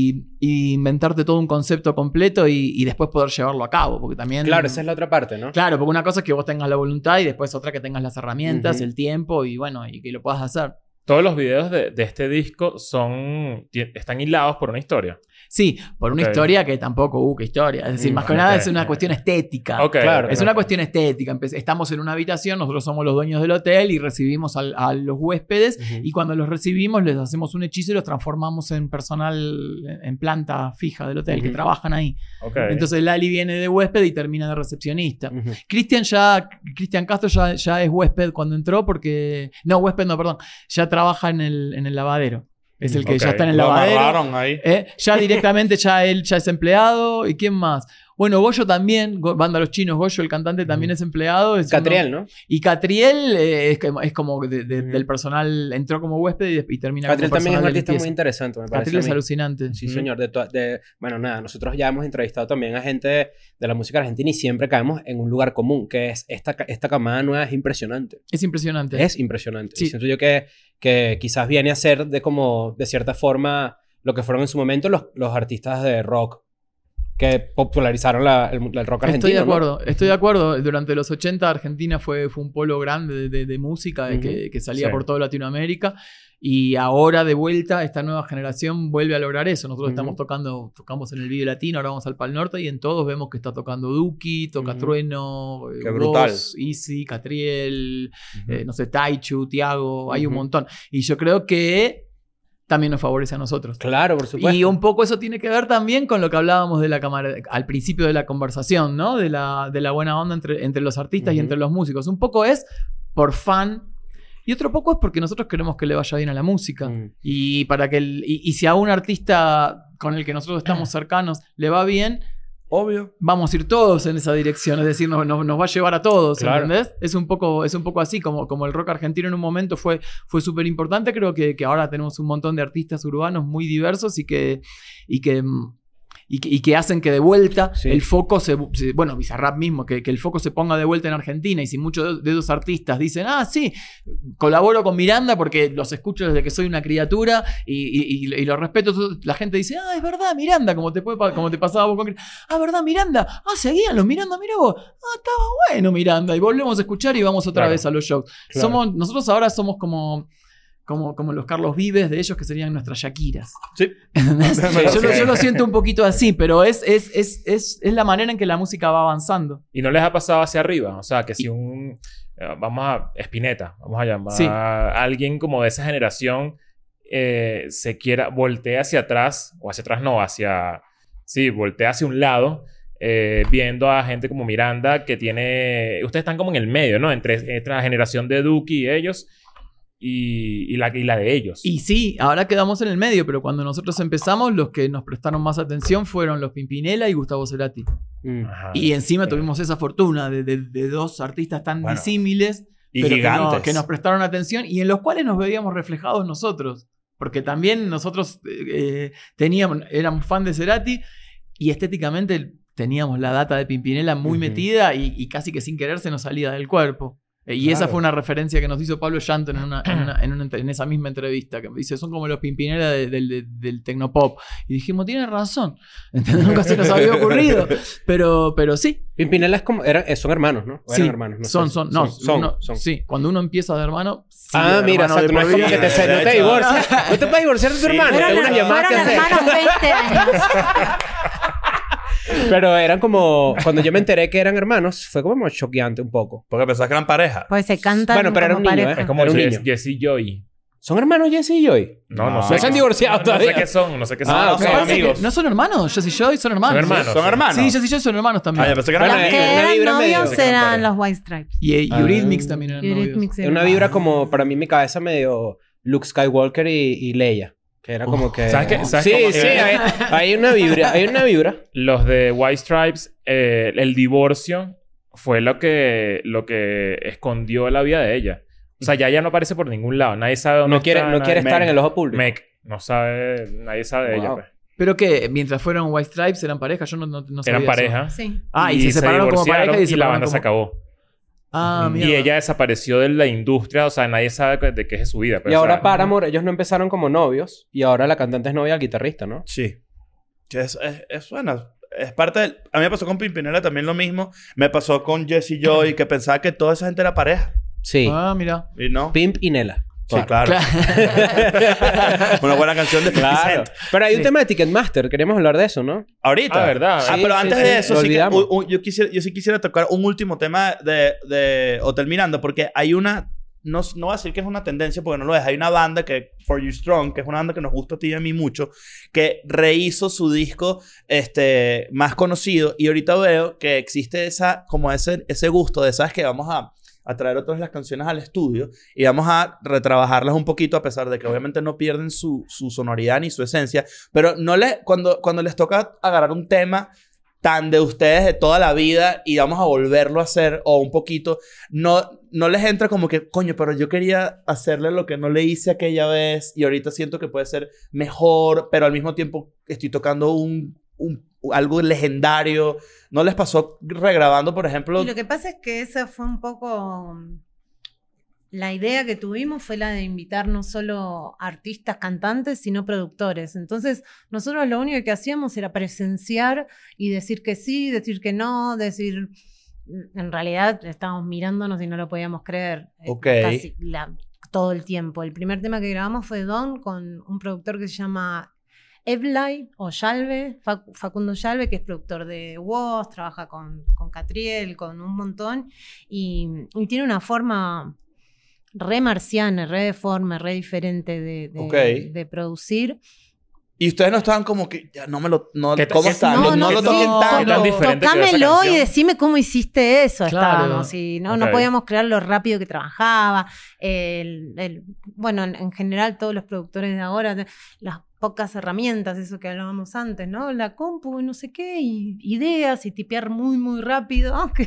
y inventarte todo un concepto completo y después poder llevarlo a cabo, porque también... Claro, esa es la otra parte, ¿no? Claro, porque una cosa es que vos tengas la voluntad y después otra que tengas las herramientas, el tiempo y bueno, y que lo puedas hacer. Todos los videos de este disco están hilados por una historia. Sí, por una Ok. historia que tampoco, qué historia. Es decir, más que nada ok. es una cuestión estética. Ok, Claro. Es ok. una cuestión estética. Estamos en una habitación, nosotros somos los dueños del hotel y recibimos a los huéspedes y cuando los recibimos les hacemos un hechizo y los transformamos en personal, en planta fija del hotel, que trabajan ahí. Ok. Entonces Lali viene de huésped y termina de recepcionista. Ujú. Cristian Castro ya es huésped cuando entró porque... No, huésped no, perdón. Ya trabaja en el lavadero. Es el que Ok. ya está en el Lo lavadero. amarraron ahí. Ya directamente él ya es empleado. ¿Y quién más? Bueno, Goyo también, Banda Los Chinos, Goyo, el cantante, también es empleado. Es Catriel, uno- ¿no? Y Catriel es como del personal, entró como huésped y termina Catriel como también es personal un de artista limpieza. muy interesante, me parece. Catriel a es mí. alucinante. Sí, señor. Bueno, nada, nosotros ya hemos entrevistado también a gente de la música argentina y siempre caemos en un lugar común, que es esta camada nueva es impresionante. Es impresionante. Es impresionante. Sí. Y siento yo que quizás viene a ser de cierta forma, lo que fueron en su momento los artistas de rock que popularizaron el rock argentino. Estoy de ¿no? acuerdo, estoy de acuerdo. Durante los 80 Argentina fue un polo grande de música que salía Sí. por toda Latinoamérica y ahora de vuelta esta nueva generación vuelve a lograr eso. Nosotros tocamos en el Video Latino, ahora vamos al Pal Norte y en todos vemos que está tocando Duki, toca Trueno, Qué brutal. Woz, Easy, Catriel, no sé, Taichu, Tiago, hay un montón. Y yo creo que también nos favorece a nosotros. Claro, por supuesto. Y un poco eso tiene que ver también con lo que hablábamos de la cámara al principio de la conversación, ¿no? De la buena onda entre los artistas y entre los músicos. Un poco es por fan y otro poco es porque nosotros queremos que le vaya bien a la música. Y para que y si a un artista con el que nosotros estamos cercanos le va bien, Obvio. vamos a ir todos en esa dirección, es decir, nos va a llevar a todos, Claro. ¿entendés? Es un poco así, como el rock argentino en un momento fue súper importante, creo que ahora tenemos un montón de artistas urbanos muy diversos y que hacen que de vuelta Sí. el foco bueno, Bizarrap mismo, que el foco se ponga de vuelta en Argentina y si muchos de esos artistas dicen, sí, colaboro con Miranda porque los escucho desde que soy una criatura y los respeto, la gente dice, es verdad, Miranda, como te pasaba vos con... verdad, Miranda, seguían los Miranda, mira vos, estaba bueno Miranda y volvemos a escuchar y vamos otra Claro. vez a los shows. Claro. Nosotros ahora somos como como los Carlos Vives de ellos, que serían nuestras Shakiras. Sí. ¿Entendés? Sí. Yo lo siento un poquito así, pero es la manera en que la música va avanzando. ¿Y no les ha pasado hacia arriba? O sea, que si vamos a... Spinetta, vamos a llamar Sí. a alguien como de esa generación voltea hacia atrás, o hacia atrás no, voltea hacia un lado, viendo a gente como Miranda que tiene... Ustedes están como en el medio, ¿no? Entre la generación de Duki y ellos y la de ellos. Y sí, ahora quedamos en el medio, pero cuando nosotros empezamos, los que nos prestaron más atención fueron los Pimpinela y Gustavo Cerati. Ajá. Y encima tuvimos esa fortuna de dos artistas tan Bueno, disímiles, y pero gigantes. que nos prestaron atención y en los cuales nos veíamos reflejados nosotros. Porque también nosotros éramos fan de Cerati y estéticamente teníamos la data de Pimpinela muy metida y casi que sin querer se nos salía del cuerpo. Y esa fue una referencia que nos hizo Pablo Shanton en esa misma entrevista, que me dice, son como los Pimpinela del Tecnopop. Y dijimos, tiene razón. ¿Entendés? Nunca se nos había ocurrido. Pero sí. Pimpinela son hermanos, ¿no? ¿O Sí, eran hermanos? son. Sí, cuando uno empieza de hermano... sí, Ah, de mira, hermano exacto. de No es por como que vida. no te divorcias. No te puedes divorciar de tu hermano. Hay unas llamadas que Fueron hacer. hermanos 20 años. Pero eran como... Cuando yo me enteré que eran hermanos, fue como choqueante un poco. Porque pensás que eran pareja. Pues se cantan Bueno, pero era como un niño, pareja. ¿eh? Es como Era un niño. Jesse y Joy. ¿Son hermanos Jesse y Joy? No No sé. se han divorciado No todavía. sé qué son, no sé qué son. Ah, No, ok. son Parece que amigos. ¿No son hermanos? Jesse y Joy son hermanos. Son hermanos. ¿Son hermanos? Sí, Jesse y Joy son hermanos también. Ah, yo pensé que eran Bueno, Los amigos. que una eran vibra medio- novios eran los White Stripes. Y Eurythmics también eran novios. Eurythmics Es una vibra como... Para mí mi cabeza medio... Luke Skywalker y Leia. Que era como que... ¿Sabes qué? ¿Sabes Sí, cómo sí. que- Hay una vibra. Hay una vibra. Los de White Stripes, el divorcio fue lo que escondió la vida de ella. O sea, ya ella no aparece por ningún lado. Nadie sabe dónde No quiere está. estar en el ojo público. Meg. No sabe... Nadie sabe de ella, Wow. pues. Pero que mientras fueron White Stripes eran pareja, yo no sabía Eran eso. pareja. Sí. Ah, y se separaron como divorciaron pareja y se la separaron banda se como... acabó. Ah, mira. Y ella desapareció de la industria. O sea, nadie sabe de qué es su vida. Y Pero, ahora o sea, Paramore, ellos no empezaron como novios. Y ahora la cantante es novia del guitarrista, ¿no? Sí. Que es bueno. Es parte del... A mí me pasó con Pimpinela también lo mismo. Me pasó con Jesse Joy, que pensaba que toda esa gente era pareja. Sí. Ah, mira. Y no. Pimp y Nela. Sí, claro. Una buena canción de 50 Claro. Cent. Pero hay un tema de Ticketmaster. Queríamos hablar de eso, ¿no? Ahorita. Ah, ¿verdad? Ah, Sí, pero sí, antes sí. de eso, Lo sí que, olvidamos. yo sí quisiera tocar un último tema de Hotel Miranda, porque hay una... No voy a decir que es una tendencia porque no lo es. Hay una banda que... For You Strong, que es una banda que nos gusta a ti y a mí mucho, que rehizo su disco más conocido. Y ahorita veo que existe ese gusto de, ¿sabes qué? Vamos a traer otras las canciones al estudio y vamos a retrabajarlas un poquito, a pesar de que obviamente no pierden su sonoridad ni su esencia. Pero cuando les toca agarrar un tema tan de ustedes de toda la vida y vamos a volverlo a hacer o un poquito, no les entra como que, coño, pero yo quería hacerle lo que no le hice aquella vez y ahorita siento que puede ser mejor, pero al mismo tiempo estoy tocando algo legendario. ¿No les pasó regrabando, por ejemplo? Y lo que pasa es que esa fue un poco... La idea que tuvimos fue la de invitar no solo artistas, cantantes, sino productores. Entonces, nosotros lo único que hacíamos era presenciar y decir que sí, decir que no, decir... En realidad, estábamos mirándonos y no lo podíamos creer. Ok. Casi todo el tiempo. El primer tema que grabamos fue Don con un productor que se llama Evlay o Yalve, Facundo Yalve, que es productor de Woz, trabaja con Catriel, con un montón. Y tiene una forma... re marciana, re deforme, re diferente de producir. Y ustedes no estaban como que, ya no me lo... No, ¿Qué ¿Cómo qué- están? no, No, no, lo sí, toquen no, tanto. tan diferente quedó esa Tocámelo y canción. decime cómo hiciste eso. Claro. Estábamos y no Ok. podíamos creer lo rápido que trabajaba. Bueno, en general todos los productores de ahora, las pocas herramientas, eso que hablábamos antes, ¿no? La compu y no sé qué, y ideas y tipear muy, muy rápido, aunque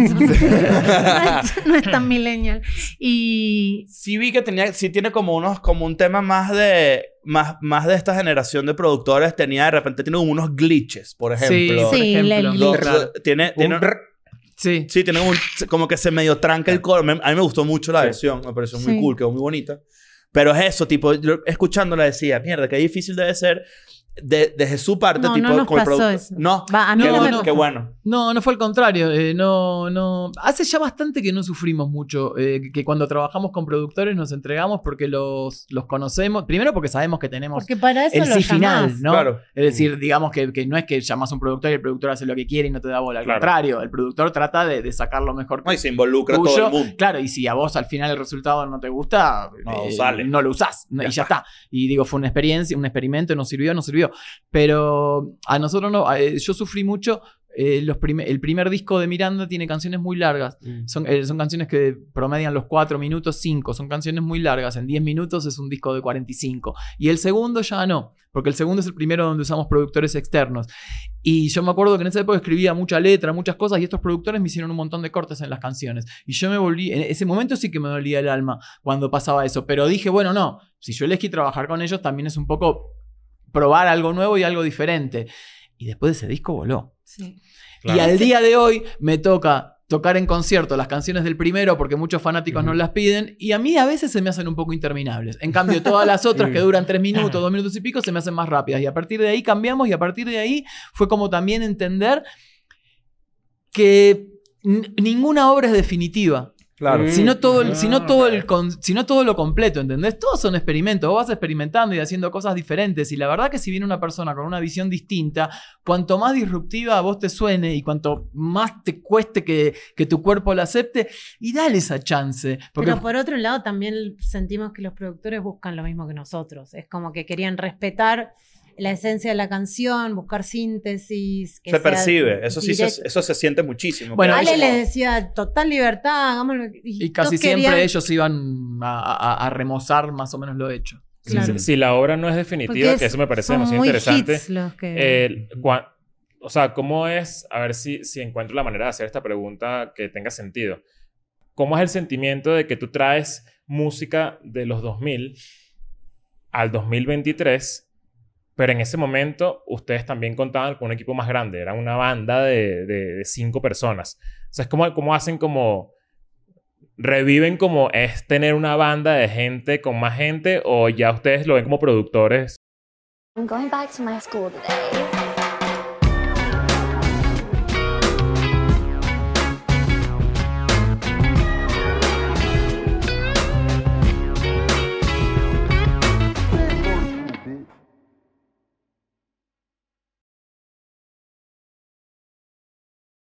no es tan millennial. Y Sí vi que tiene como un tema más de esta generación de productores. De repente tiene como unos glitches, por ejemplo. por Sí, ejemplo. el Los- glitch. tiene Sí. sí, tiene como que se medio tranca el coro. A mí me gustó mucho la versión. Me pareció muy Sí. cool, quedó muy bonita. Pero es eso, tipo, yo escuchándola decía, mierda, qué difícil debe ser desde su parte, No, tipo no nos con el pasó producto. eso. No, Va, a mí qué no me bueno, pasó. qué bueno. No fue al contrario. No. Hace ya bastante que no sufrimos mucho. Que cuando trabajamos con productores nos entregamos porque los conocemos. Primero porque sabemos que tenemos Porque para eso el lo sí final, llamás. ¿no? Claro. Es decir, digamos que no es que llamas a un productor y el productor hace lo que quiere y no te da bola. Al Claro. contrario, el productor trata de sacar lo mejor No, y se involucra tuyo. todo el mundo. Claro, y si a vos al final el resultado no te gusta, No, sale. no lo usás. Ya Y ya está. Y digo, fue una experiencia, un experimento, no sirvió. Pero a nosotros no. Yo sufrí mucho. El primer disco de Miranda tiene canciones muy largas. Son canciones que promedian los 4 minutos, 5. Son canciones muy largas. En 10 minutos es un disco de 45. Y el segundo ya no. Porque el segundo es el primero donde usamos productores externos. Y yo me acuerdo que en esa época escribía mucha letra, muchas cosas, y estos productores me hicieron un montón de cortes en las canciones. Y yo me volví, en ese momento sí que me dolía el alma cuando pasaba eso. Pero dije, bueno, no, si yo elegí trabajar con ellos, también es un poco probar algo nuevo y algo diferente. Y después de ese disco voló. Sí. Claro. Y al día de hoy me toca tocar en concierto las canciones del primero porque muchos fanáticos no las piden y a mí a veces se me hacen un poco interminables. En cambio, todas las otras que duran 3 minutos, 2 minutos y pico se me hacen más rápidas y a partir de ahí cambiamos y a partir de ahí fue como también entender que ninguna obra es definitiva. Claro. Sino todo lo completo, ¿entendés? Todos son experimentos. Vos vas experimentando y haciendo cosas diferentes. Y la verdad que si viene una persona con una visión distinta, cuanto más disruptiva a vos te suene y cuanto más te cueste que tu cuerpo la acepte, y dale esa chance. Porque Pero por otro lado también sentimos que los productores buscan lo mismo que nosotros. Es como que querían respetar la esencia de la canción, buscar síntesis. Que Se sea percibe. Eso sí, directo. eso se siente muchísimo. Bueno, Ale Como- les decía, total libertad, hagámoslo. y casi todos siempre querían- ellos iban a remozar más o menos lo hecho. Claro. Si la obra no es Porque definitiva, que eso me parece son demasiado muy interesante. hits los que... O sea, ¿cómo es? A ver si encuentro la manera de hacer esta pregunta que tenga sentido. ¿Cómo es el sentimiento de que tú traes música de los 2000 al 2023, pero en ese momento ustedes también contaban con un equipo más grande? Era una banda de 5 personas. O sea, es como, ¿cómo hacen como... ¿Reviven como es tener una banda de gente con más gente o ya ustedes lo ven como productores? I'm going back to my school today.